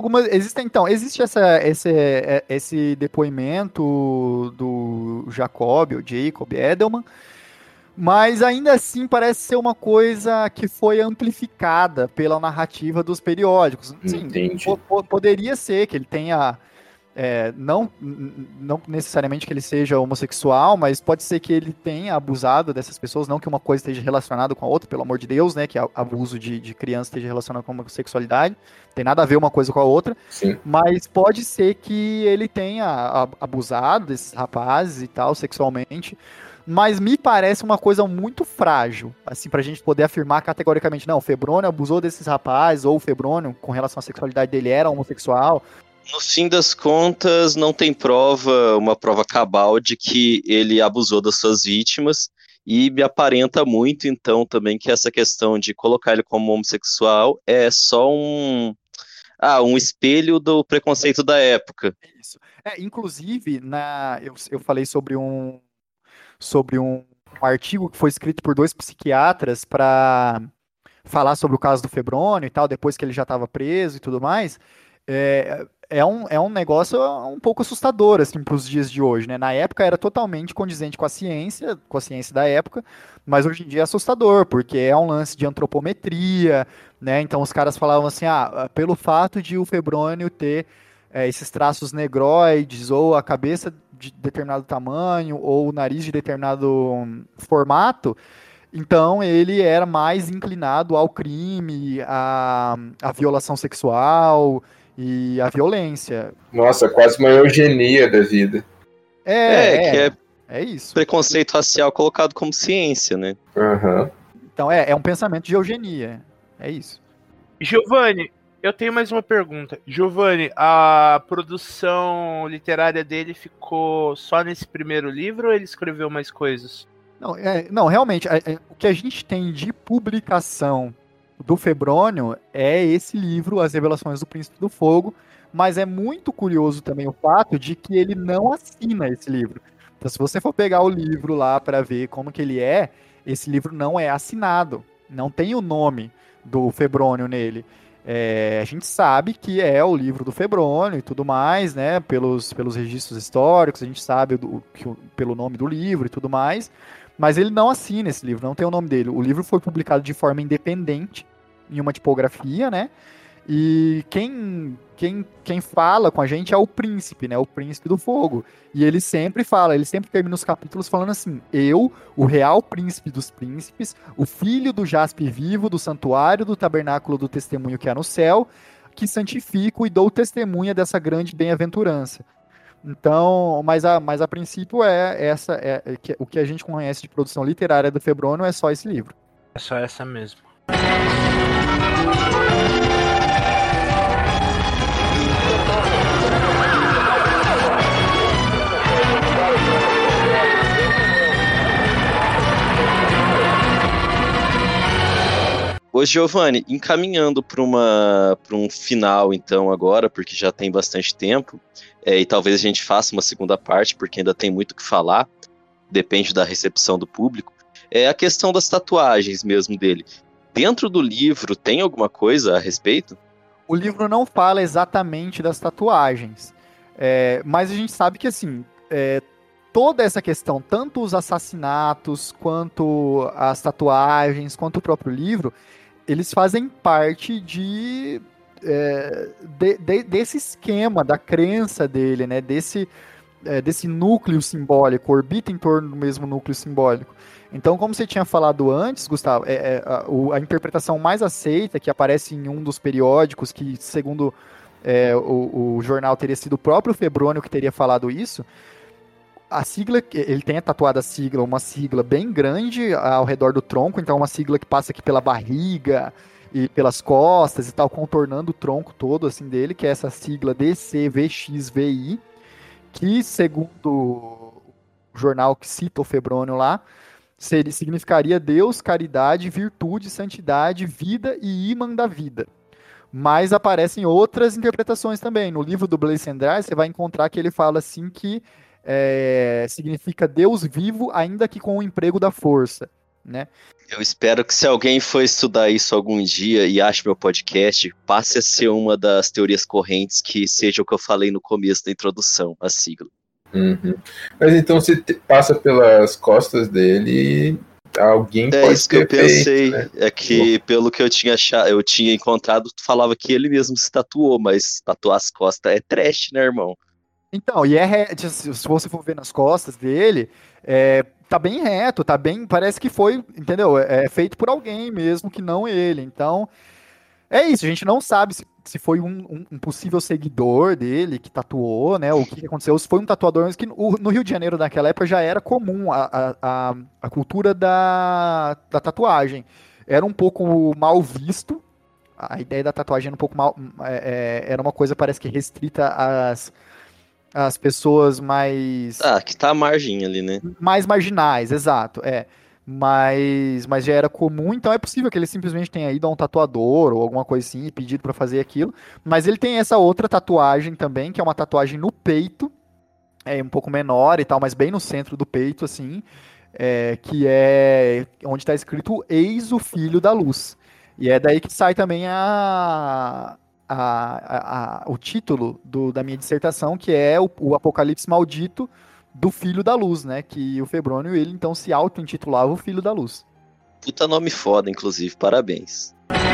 esse depoimento do Jacob Edelman, mas ainda assim parece ser uma coisa que foi amplificada pela narrativa dos periódicos. Sim, poderia ser que ele tenha, não necessariamente que ele seja homossexual, mas pode ser que ele tenha abusado dessas pessoas, não que uma coisa esteja relacionada com a outra, pelo amor de Deus, né, que abuso de criança esteja relacionado com a homossexualidade, tem nada a ver uma coisa com a outra.
Sim.
Mas pode ser que ele tenha abusado desses rapazes e tal, sexualmente, mas me parece uma coisa muito frágil, assim, pra gente poder afirmar categoricamente, não, o Febrônio abusou desses rapazes, ou o Febrônio, com relação à sexualidade dele, era homossexual.
No fim das contas, não tem uma prova cabal de que ele abusou das suas vítimas, e me aparenta muito, então, também que essa questão de colocar ele como homossexual é só um espelho do preconceito da época.
Isso. Inclusive, eu falei sobre um artigo que foi escrito por 2 psiquiatras para falar sobre o caso do Febrônio e tal, depois que ele já estava preso e tudo mais. é um negócio um pouco assustador, assim, para os dias de hoje, né? Na época era totalmente condizente com a ciência da época, mas hoje em dia é assustador, porque é um lance de antropometria, né? Então os caras falavam assim, pelo fato de o febrônio ter esses traços negroides, ou a cabeça de determinado tamanho, ou o nariz de determinado formato, então ele era mais inclinado ao crime, à violação sexual e à violência.
Nossa, quase uma eugenia da vida.
Que é
É isso.
preconceito racial colocado como ciência, né?
Uhum.
Então é um pensamento de eugenia. É isso.
Giovanni, eu tenho mais uma pergunta. Giovanni, a produção literária dele ficou só nesse primeiro livro ou ele escreveu mais coisas?
Não, realmente, o que a gente tem de publicação do Febrônio é esse livro, As Revelações do Príncipe do Fogo, mas é muito curioso também o fato de que ele não assina esse livro. Então, se você for pegar o livro lá para ver como que ele é, esse livro não é assinado, não tem o nome do Febrônio nele. A gente sabe que é o livro do Febrônio e tudo mais, né? Pelos registros históricos, a gente sabe pelo nome do livro e tudo mais, mas ele não assina esse livro, não tem o nome dele. O livro foi publicado de forma independente, em uma tipografia, né? E quem fala com a gente é o príncipe, né? O príncipe do fogo. E ele sempre termina os capítulos falando assim: eu, o real príncipe dos príncipes, o filho do jaspe vivo, do santuário, do tabernáculo do testemunho que há no céu, que santifico e dou testemunha dessa grande bem-aventurança. Então, mas a princípio o que a gente conhece de produção literária do Febrônio é só esse livro.
É só essa mesmo.
Ô, Giovanni, encaminhando para um final, então, agora, porque já tem bastante tempo, e talvez a gente faça uma segunda parte, porque ainda tem muito o que falar, depende da recepção do público, é a questão das tatuagens mesmo dele. Dentro do livro, tem alguma coisa a respeito?
O livro não fala exatamente das tatuagens, mas a gente sabe que, assim, toda essa questão, tanto os assassinatos, quanto as tatuagens, quanto o próprio livro, eles fazem parte desse esquema, da crença dele, né? Desse núcleo simbólico, orbita em torno do mesmo núcleo simbólico. Então, como você tinha falado antes, Gustavo, a interpretação mais aceita, que aparece em um dos periódicos, que segundo o jornal teria sido o próprio Febrônio que teria falado isso, a sigla, ele tem tatuado uma sigla bem grande ao redor do tronco, então é uma sigla que passa aqui pela barriga e pelas costas e tal, contornando o tronco todo assim dele, que é essa sigla DCVXVI, que segundo o jornal que cita o Febrônio lá, significaria Deus, caridade, virtude, santidade, vida e ímã da vida. Mas aparecem outras interpretações também. No livro do Blaise Cendrars, você vai encontrar que ele fala assim que significa Deus vivo, ainda que com o emprego da força, né?
Eu espero que se alguém for estudar isso algum dia e ache meu podcast, passe a ser uma das teorias correntes que seja o que eu falei no começo da introdução, a sigla.
Uhum. Mas então se passa pelas costas dele, alguém pode
isso que eu pensei,
feito, né?
É que pelo que eu tinha encontrado, tu falava que ele mesmo se tatuou, mas tatuar as costas é trash, né, irmão?
Então, se você for ver nas costas dele, tá bem reto, tá bem, parece que foi, entendeu? É feito por alguém mesmo, que não ele. Então, é isso, a gente não sabe se foi um possível seguidor dele que tatuou, né? O que aconteceu, se foi um tatuador, mas que no Rio de Janeiro naquela época já era comum a cultura da tatuagem. Era um pouco mal visto, a ideia da tatuagem era um pouco mal, era uma coisa, parece que restrita às pessoas mais...
que tá à margem ali, né?
Mais marginais, exato, Mas já era comum, então é possível que ele simplesmente tenha ido a um tatuador ou alguma coisa assim e pedido pra fazer aquilo. Mas ele tem essa outra tatuagem também, que é uma tatuagem no peito, um pouco menor e tal, mas bem no centro do peito, assim, que é onde tá escrito Eis o Filho da Luz. E é daí que sai também o título da minha dissertação, que é o Apocalipse Maldito do Filho da Luz, né? Que o Febrônio, ele então se auto-intitulava o Filho da Luz.
Puta nome foda, inclusive, parabéns.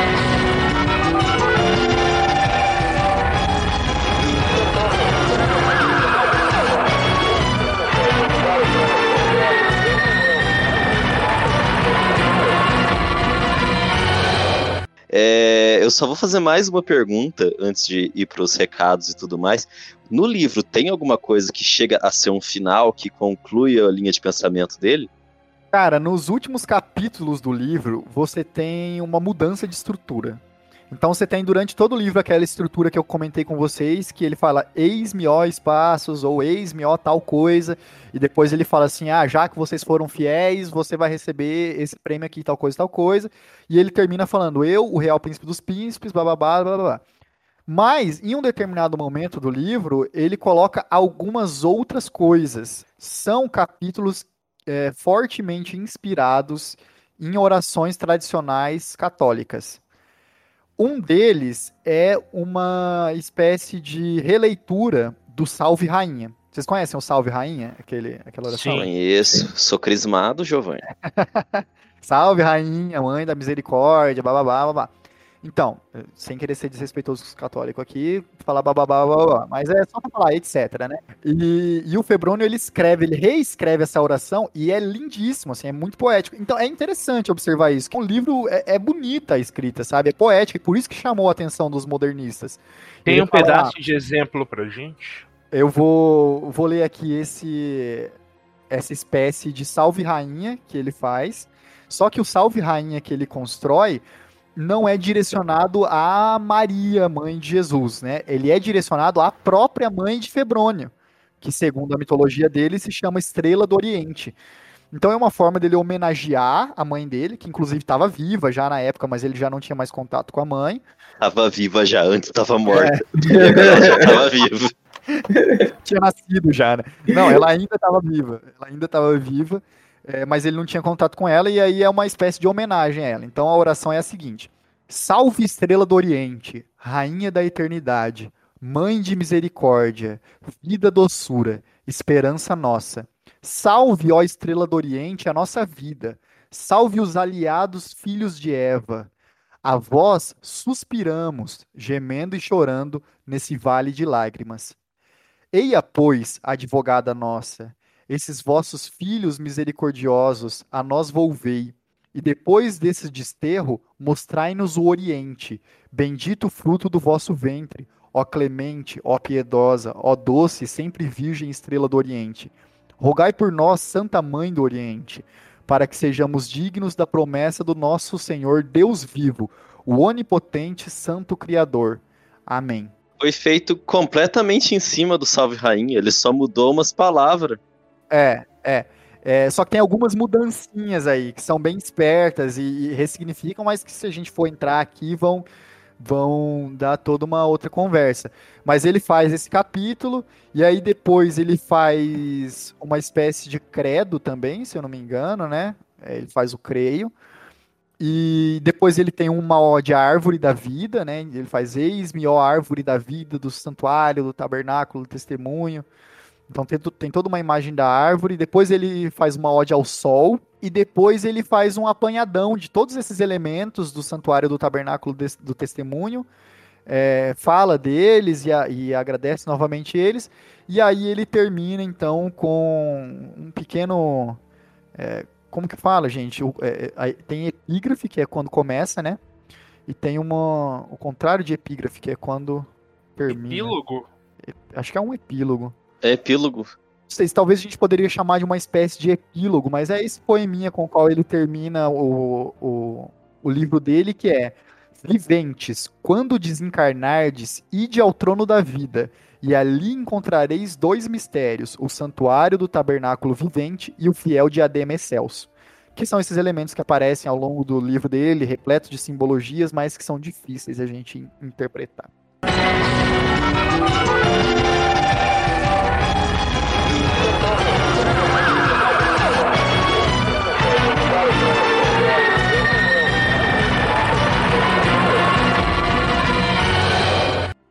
Eu só vou fazer mais uma pergunta antes de ir para os recados e tudo mais. No livro, tem alguma coisa que chega a ser um final que conclui a linha de pensamento dele?
Cara, nos últimos capítulos do livro, você tem uma mudança de estrutura. Então você tem durante todo o livro aquela estrutura que eu comentei com vocês, que ele fala eis-me ó espaços, ou eis-me ó tal coisa, e depois ele fala assim, já que vocês foram fiéis, você vai receber esse prêmio aqui, tal coisa, e ele termina falando, eu, o real príncipe dos príncipes, blá blá blá blá blá. Mas, em um determinado momento do livro, ele coloca algumas outras coisas. São capítulos fortemente inspirados em orações tradicionais católicas. Um deles é uma espécie de releitura do Salve Rainha. Vocês conhecem o Salve Rainha? Aquela oração?
Sim, conheço. Sou crismado, Giovanni.
Salve Rainha, Mãe da Misericórdia, bababá, babá. Então, sem querer ser desrespeitoso com os católicos aqui, falar bababá, babá, mas é só pra falar, etc, né? E o Febrônio, ele reescreve essa oração e é lindíssimo, assim, é muito poético. Então, é interessante observar isso. O livro é bonita a escrita, sabe? É poética, e por isso que chamou a atenção dos modernistas.
Tem um pedaço de exemplo pra gente?
Eu vou ler aqui essa espécie de Salve Rainha que ele faz, só que o Salve Rainha que ele constrói não é direcionado a Maria, mãe de Jesus, né? Ele é direcionado à própria mãe de Febrônio, que segundo a mitologia dele se chama Estrela do Oriente. Então é uma forma dele homenagear a mãe dele, que inclusive estava viva já na época, mas ele já não tinha mais contato com a mãe.
Estava viva já, antes estava morta. E agora ela já estava viva.
Tinha nascido já, né? Não, ela ainda estava viva. Mas ele não tinha contato com ela, e aí é uma espécie de homenagem a ela. Então a oração é a seguinte: Salve Estrela do Oriente, Rainha da Eternidade, Mãe de Misericórdia, Vida doçura, Esperança nossa. Salve, ó Estrela do Oriente, a nossa vida. Salve os aliados filhos de Eva. A vós suspiramos, gemendo e chorando nesse vale de lágrimas. Eia, pois, advogada nossa, esses vossos filhos misericordiosos a nós volvei, e depois desse desterro, mostrai-nos o Oriente, bendito fruto do vosso ventre, ó clemente, ó piedosa, ó doce, sempre virgem estrela do Oriente. Rogai por nós, Santa Mãe do Oriente, para que sejamos dignos da promessa do nosso Senhor Deus vivo, o onipotente Santo Criador. Amém.
Foi feito completamente em cima do Salve Rainha, ele só mudou umas palavras.
Só que tem algumas mudancinhas aí, que são bem espertas e ressignificam, mas que se a gente for entrar aqui, vão dar toda uma outra conversa. Mas ele faz esse capítulo, e aí depois ele faz uma espécie de credo também, se eu não me engano, né? Ele faz o creio. E depois ele tem uma ode à árvore da vida, né? Ele faz eis-me, ó árvore da vida, do santuário, do tabernáculo, do testemunho. Então tem toda uma imagem da árvore, depois ele faz uma ode ao sol, e depois ele faz um apanhadão de todos esses elementos do santuário, do tabernáculo, do testemunho, fala deles e agradece novamente eles, e aí ele termina então com um pequeno... como que fala, gente? Tem epígrafe, que é quando começa, né? E tem o contrário de epígrafe, que é quando termina.
Epílogo?
Acho que é um epílogo.
É epílogo.
Não sei, talvez a gente poderia chamar de uma espécie de epílogo, mas é esse poeminha com o qual ele termina o livro dele, que é: Viventes, quando desencarnardes, ide ao trono da vida, e ali encontrareis dois mistérios, o santuário do tabernáculo vivente e o fiel diadema excelso. Que são esses elementos que aparecem ao longo do livro dele, repletos de simbologias, mas que são difíceis a gente interpretar.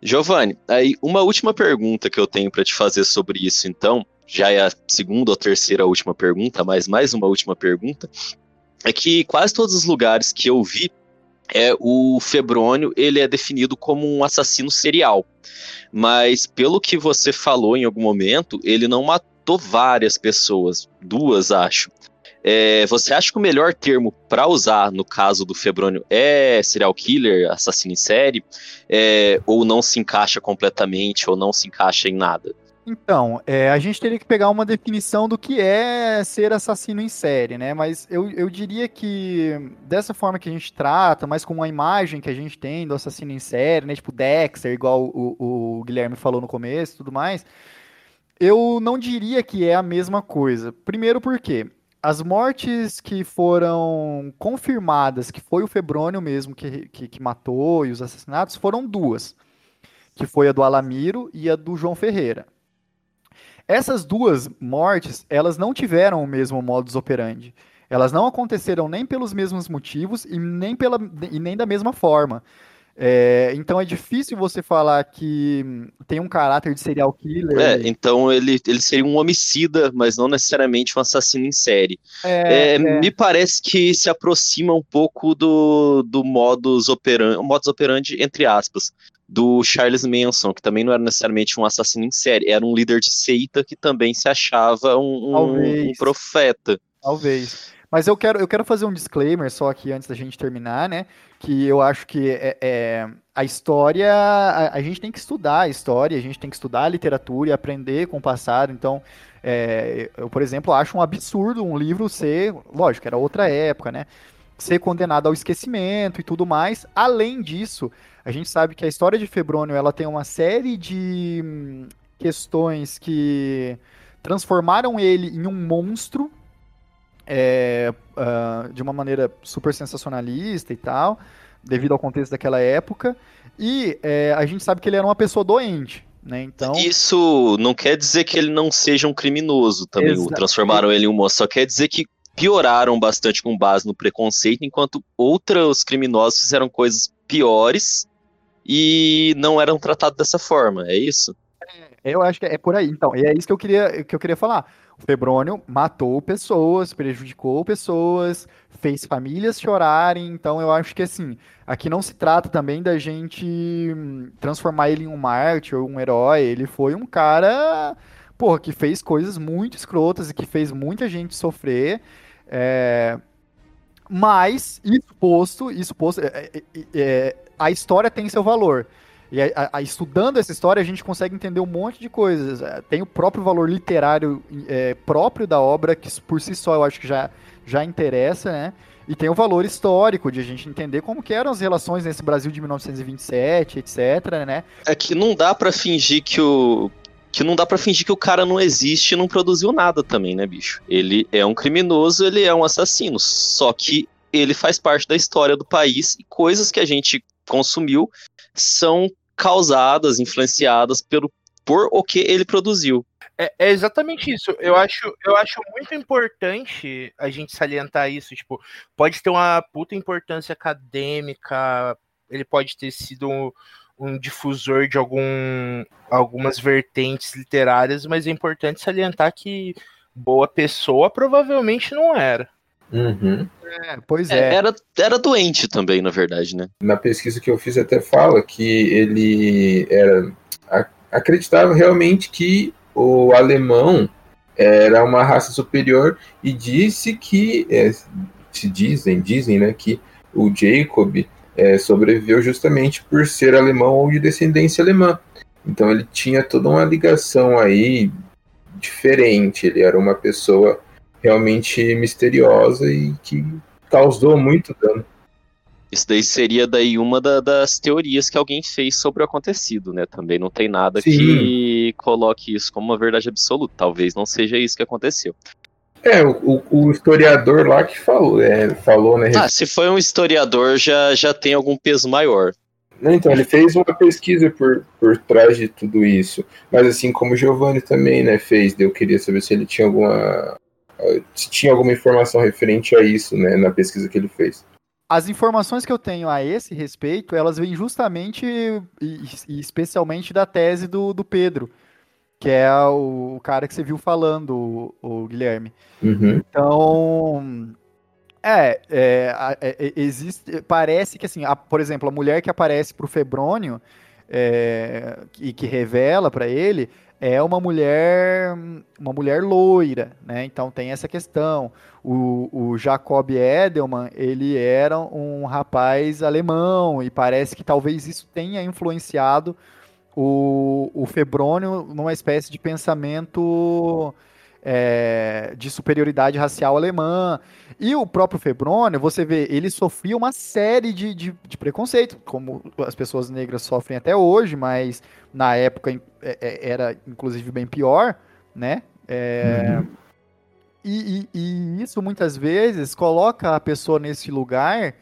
Giovanni, aí uma última pergunta que eu tenho para te fazer sobre isso, então, já é a segunda ou terceira última pergunta, mas mais uma última pergunta, é que quase todos os lugares que eu vi, o Febrônio, ele é definido como um assassino serial, mas pelo que você falou em algum momento, ele não matou várias pessoas, 2, acho. Você acha que o melhor termo para usar no caso do Febrônio é serial killer, assassino em série, ou não se encaixa completamente, ou não se encaixa em nada?
Então, a gente teria que pegar uma definição do que é ser assassino em série, né? Mas eu diria que dessa forma que a gente trata, mas com a imagem que a gente tem do assassino em série, né? Tipo Dexter, igual o Guilherme falou no começo e tudo mais, eu não diria que é a mesma coisa. Primeiro porque as mortes que foram confirmadas, que foi o Febrônio mesmo que matou, e os assassinatos, foram 2. Que foi a do Alamiro e a do João Ferreira. Essas 2 mortes, elas não tiveram o mesmo modus operandi. Elas não aconteceram nem pelos mesmos motivos e nem da mesma forma. Então é difícil você falar que tem um caráter de serial killer.
Então ele seria um homicida, mas não necessariamente um assassino em série. Me parece que se aproxima um pouco do modus operandi, entre aspas, do Charles Manson, que também não era necessariamente um assassino em série, era um líder de seita que também se achava um profeta.
Talvez. Mas eu quero fazer um disclaimer só aqui antes da gente terminar, né? Que eu acho que a história, a gente tem que estudar a história, a gente tem que estudar a literatura e aprender com o passado. Então, eu, por exemplo, acho um absurdo um livro ser, lógico, era outra época, né? Ser condenado ao esquecimento e tudo mais. Além disso, a gente sabe que a história de Febrônio, ela tem uma série de questões que transformaram ele em um monstro, de uma maneira super sensacionalista e tal, devido ao contexto daquela época, e a gente sabe que ele era uma pessoa doente, né? Então,
isso não quer dizer que ele não seja um criminoso também, transformaram ele em um monstro, só quer dizer que pioraram bastante com base no preconceito, enquanto outros criminosos fizeram coisas piores e não eram tratados dessa forma, é isso?
Eu acho que é por aí. Então, e é isso que eu queria falar. O Febrônio matou pessoas, prejudicou pessoas, fez famílias chorarem. Então, eu acho que, assim, aqui não se trata também da gente transformar ele em um mártir ou um herói. Ele foi um cara, porra, que fez coisas muito escrotas e que fez muita gente sofrer. Mas, isso posto, a história tem seu valor. E estudando essa história, a gente consegue entender um monte de coisas. Tem o próprio valor literário próprio da obra, que por si só eu acho que já interessa, né? E tem o valor histórico, de a gente entender como que eram as relações nesse Brasil de 1927, etc, né?
É que não dá pra fingir que o cara não existe e não produziu nada também, né, bicho? Ele é um criminoso, ele é um assassino, só que ele faz parte da história do país e coisas que a gente consumiu são causadas, influenciadas por o que ele produziu.
É exatamente isso. Eu acho muito importante a gente salientar isso. Tipo, pode ter uma puta importância acadêmica, ele pode ter sido um difusor de algumas vertentes literárias, mas é importante salientar que boa pessoa provavelmente não era.
Uhum.
Pois é.
Era doente também, na verdade, né?
Na pesquisa que eu fiz até fala que ele acreditava realmente que o alemão era uma raça superior e disse que, dizem, né, que o Jacob sobreviveu justamente por ser alemão ou de descendência alemã. Então ele tinha toda uma ligação aí diferente, ele era uma pessoa realmente misteriosa e que causou muito dano.
Isso daí seria uma das teorias que alguém fez sobre o acontecido, né? Também não tem nada
Sim.
que coloque isso como uma verdade absoluta. Talvez não seja isso que aconteceu.
O historiador lá que falou, né?
Se foi um historiador, já tem algum peso maior.
Então, ele fez uma pesquisa por trás de tudo isso. Mas assim como o Giovanni também, né, fez, eu queria saber se ele tinha alguma informação referente a isso, né, na pesquisa que ele fez.
As informações que eu tenho a esse respeito, elas vêm justamente e especialmente da tese do Pedro, que é o cara que você viu falando, o Guilherme.
Uhum.
Então, existe, parece que assim, por exemplo, a mulher que aparece pro Febrônio e que revela para ele é uma mulher loira, né? Então tem essa questão. O Jacob Edelman, ele era um rapaz alemão e parece que talvez isso tenha influenciado o Febrônio numa espécie de pensamento de superioridade racial alemã. E o próprio Febrônio, você vê, ele sofria uma série de preconceito, como as pessoas negras sofrem até hoje, mas na época era inclusive bem pior, né? E isso muitas vezes coloca a pessoa nesse lugar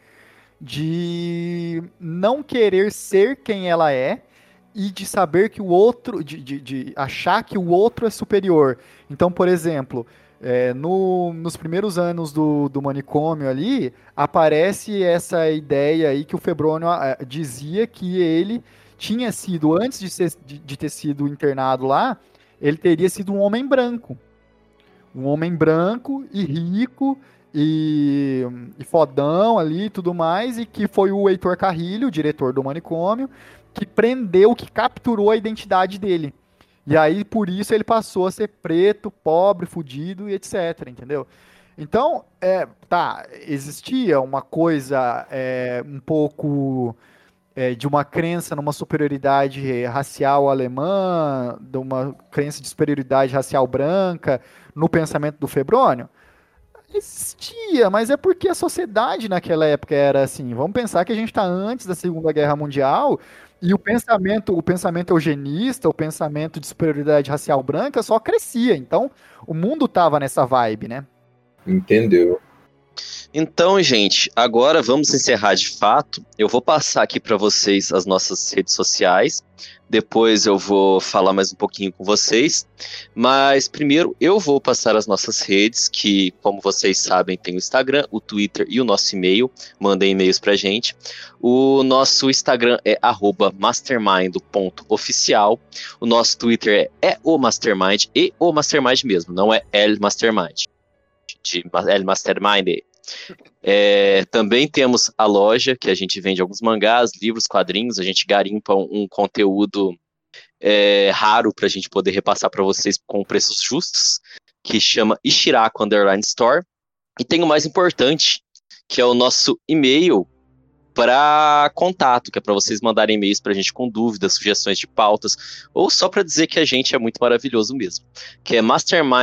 de não querer ser quem ela é e de saber que o outro, de achar que o outro é superior. Então, por exemplo, nos primeiros anos do manicômio ali, aparece essa ideia aí que o Febrônio dizia que ele tinha sido, antes de ter sido internado lá, ele teria sido um homem branco. Um homem branco e rico e fodão ali e tudo mais, e que foi o Heitor Carrilho, o diretor do manicômio, que prendeu, que capturou a identidade dele. E aí, por isso, ele passou a ser preto, pobre, fudido e etc, entendeu? Então, existia uma coisa um pouco de uma crença numa superioridade racial alemã, de uma crença de superioridade racial branca no pensamento do Febrônio? Existia, mas é porque a sociedade naquela época era assim. Vamos pensar que a gente está antes da Segunda Guerra Mundial e o pensamento eugenista, o pensamento de superioridade racial branca só crescia. Então, o mundo estava nessa vibe, né?
Entendeu?
Então, gente, agora vamos encerrar de fato. Eu vou passar aqui para vocês as nossas redes sociais. Depois eu vou falar mais um pouquinho com vocês. Mas primeiro eu vou passar as nossas redes, que, como vocês sabem, tem o Instagram, o Twitter e o nosso e-mail. Mandem e-mails pra gente. O nosso Instagram é @mastermind.oficial. O nosso Twitter é o Mastermind e o Mastermind mesmo, não é El Mastermind. De El Mastermind. Também temos a loja, que a gente vende alguns mangás, livros, quadrinhos. A gente garimpa um conteúdo raro pra gente poder repassar para vocês com preços justos, que chama Ishiraku Underline Store. E tem o mais importante, que é o nosso e-mail para contato, que é para vocês mandarem e-mails pra gente com dúvidas, sugestões de pautas, ou só para dizer que a gente é muito maravilhoso mesmo, que é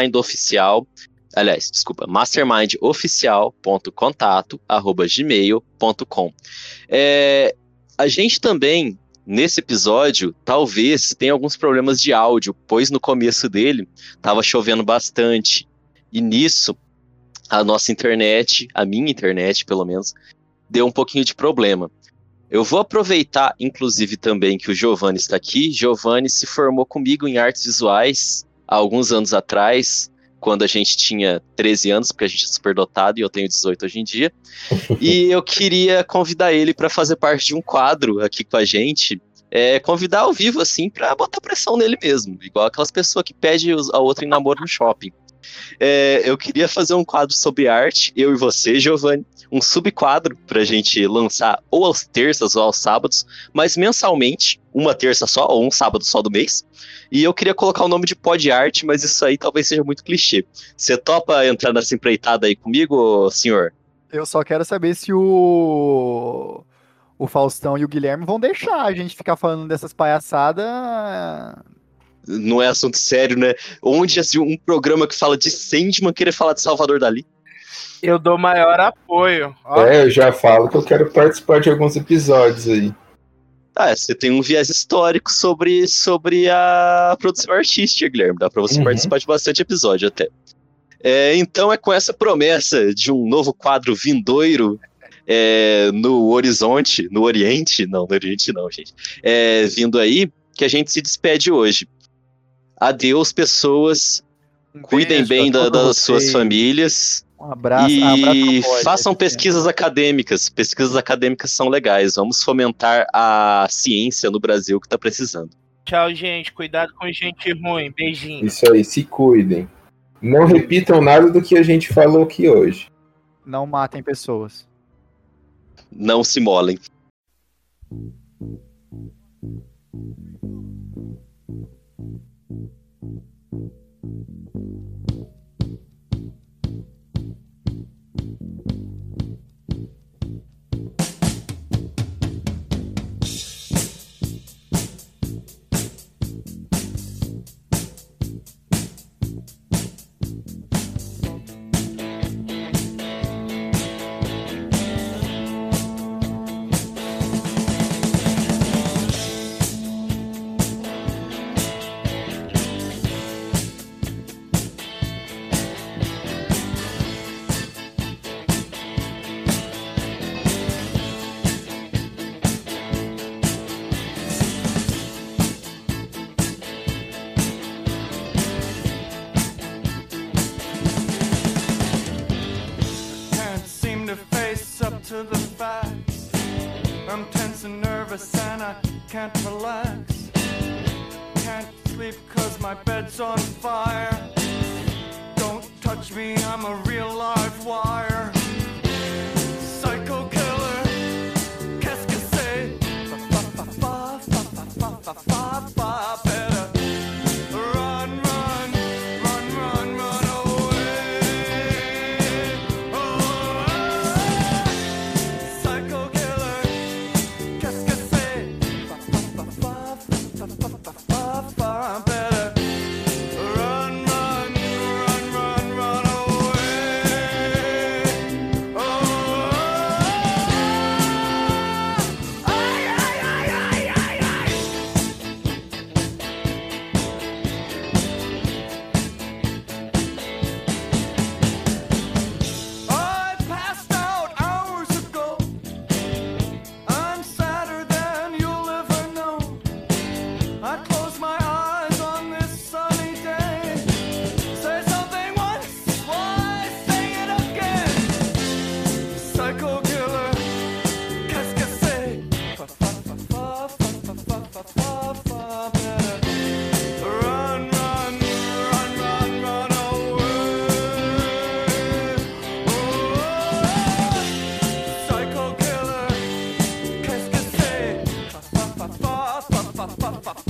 mastermindoficial.contato@gmail.com. A gente também, nesse episódio, talvez tenha alguns problemas de áudio, pois no começo dele estava chovendo bastante, e nisso a nossa internet, a minha internet pelo menos, deu um pouquinho de problema. Eu vou aproveitar, inclusive, também que o Giovanni está aqui. Giovanni se formou comigo em artes visuais há alguns anos atrás, quando a gente tinha 13 anos, porque a gente é superdotado e eu tenho 18 hoje em dia. E eu queria convidar ele para fazer parte de um quadro aqui com a gente, convidar ao vivo, assim, para botar pressão nele mesmo, igual aquelas pessoas que pedem a outra em namoro no shopping. Eu queria fazer um quadro sobre arte, eu e você, Giovanni, um subquadro pra gente lançar ou às terças ou aos sábados, mas mensalmente, uma terça só ou um sábado só do mês. E eu queria colocar o nome de Pod Arte, mas isso aí talvez seja muito clichê. Você topa entrar nessa empreitada aí comigo, senhor?
Eu só quero saber se o Faustão e o Guilherme vão deixar a gente ficar falando dessas palhaçadas.
Não é assunto sério, né? Onde assim, um programa que fala de Sandman querer falar de Salvador Dali?
Eu dou maior apoio.
Eu já falo que eu quero participar de alguns episódios aí.
Você tem um viés histórico sobre a produção artística, Guilherme. Dá pra você participar de bastante episódio até. Então é com essa promessa de um novo quadro vindouro no horizonte, no Oriente não, gente. Vindo aí, que a gente se despede hoje. Adeus, pessoas. Cuidem bem das suas famílias.
Um abraço.
E
Abraço
façam pesquisas acadêmicas. Pesquisas acadêmicas são legais. Vamos fomentar a ciência no Brasil que está precisando.
Tchau, gente. Cuidado com gente ruim. Beijinho.
Isso aí, se cuidem. Não repitam nada do que a gente falou aqui hoje.
Não matem pessoas.
Não se molem.
To the facts, I'm tense and nervous and I can't relax. Can't sleep 'cause my bed's on fire. Don't touch me, I'm a real live wire. Psycho killer, qu'est-ce que c'est? Better run, run, run, run, run away. Oh, psycho killer, qu'est-ce que c'est? Better run, run, run, run, run away. Oh, ay, ay, ay, ay, ay, ay. I passed out hours ago. I'm sadder than you'll ever know. I close my eyes on this sunny day. Say something once, why say it again? Psycho killer, qu'est-ce que c'est? Run, run, run, run, run away. Oh, psycho killer, qu'est-ce que c'est?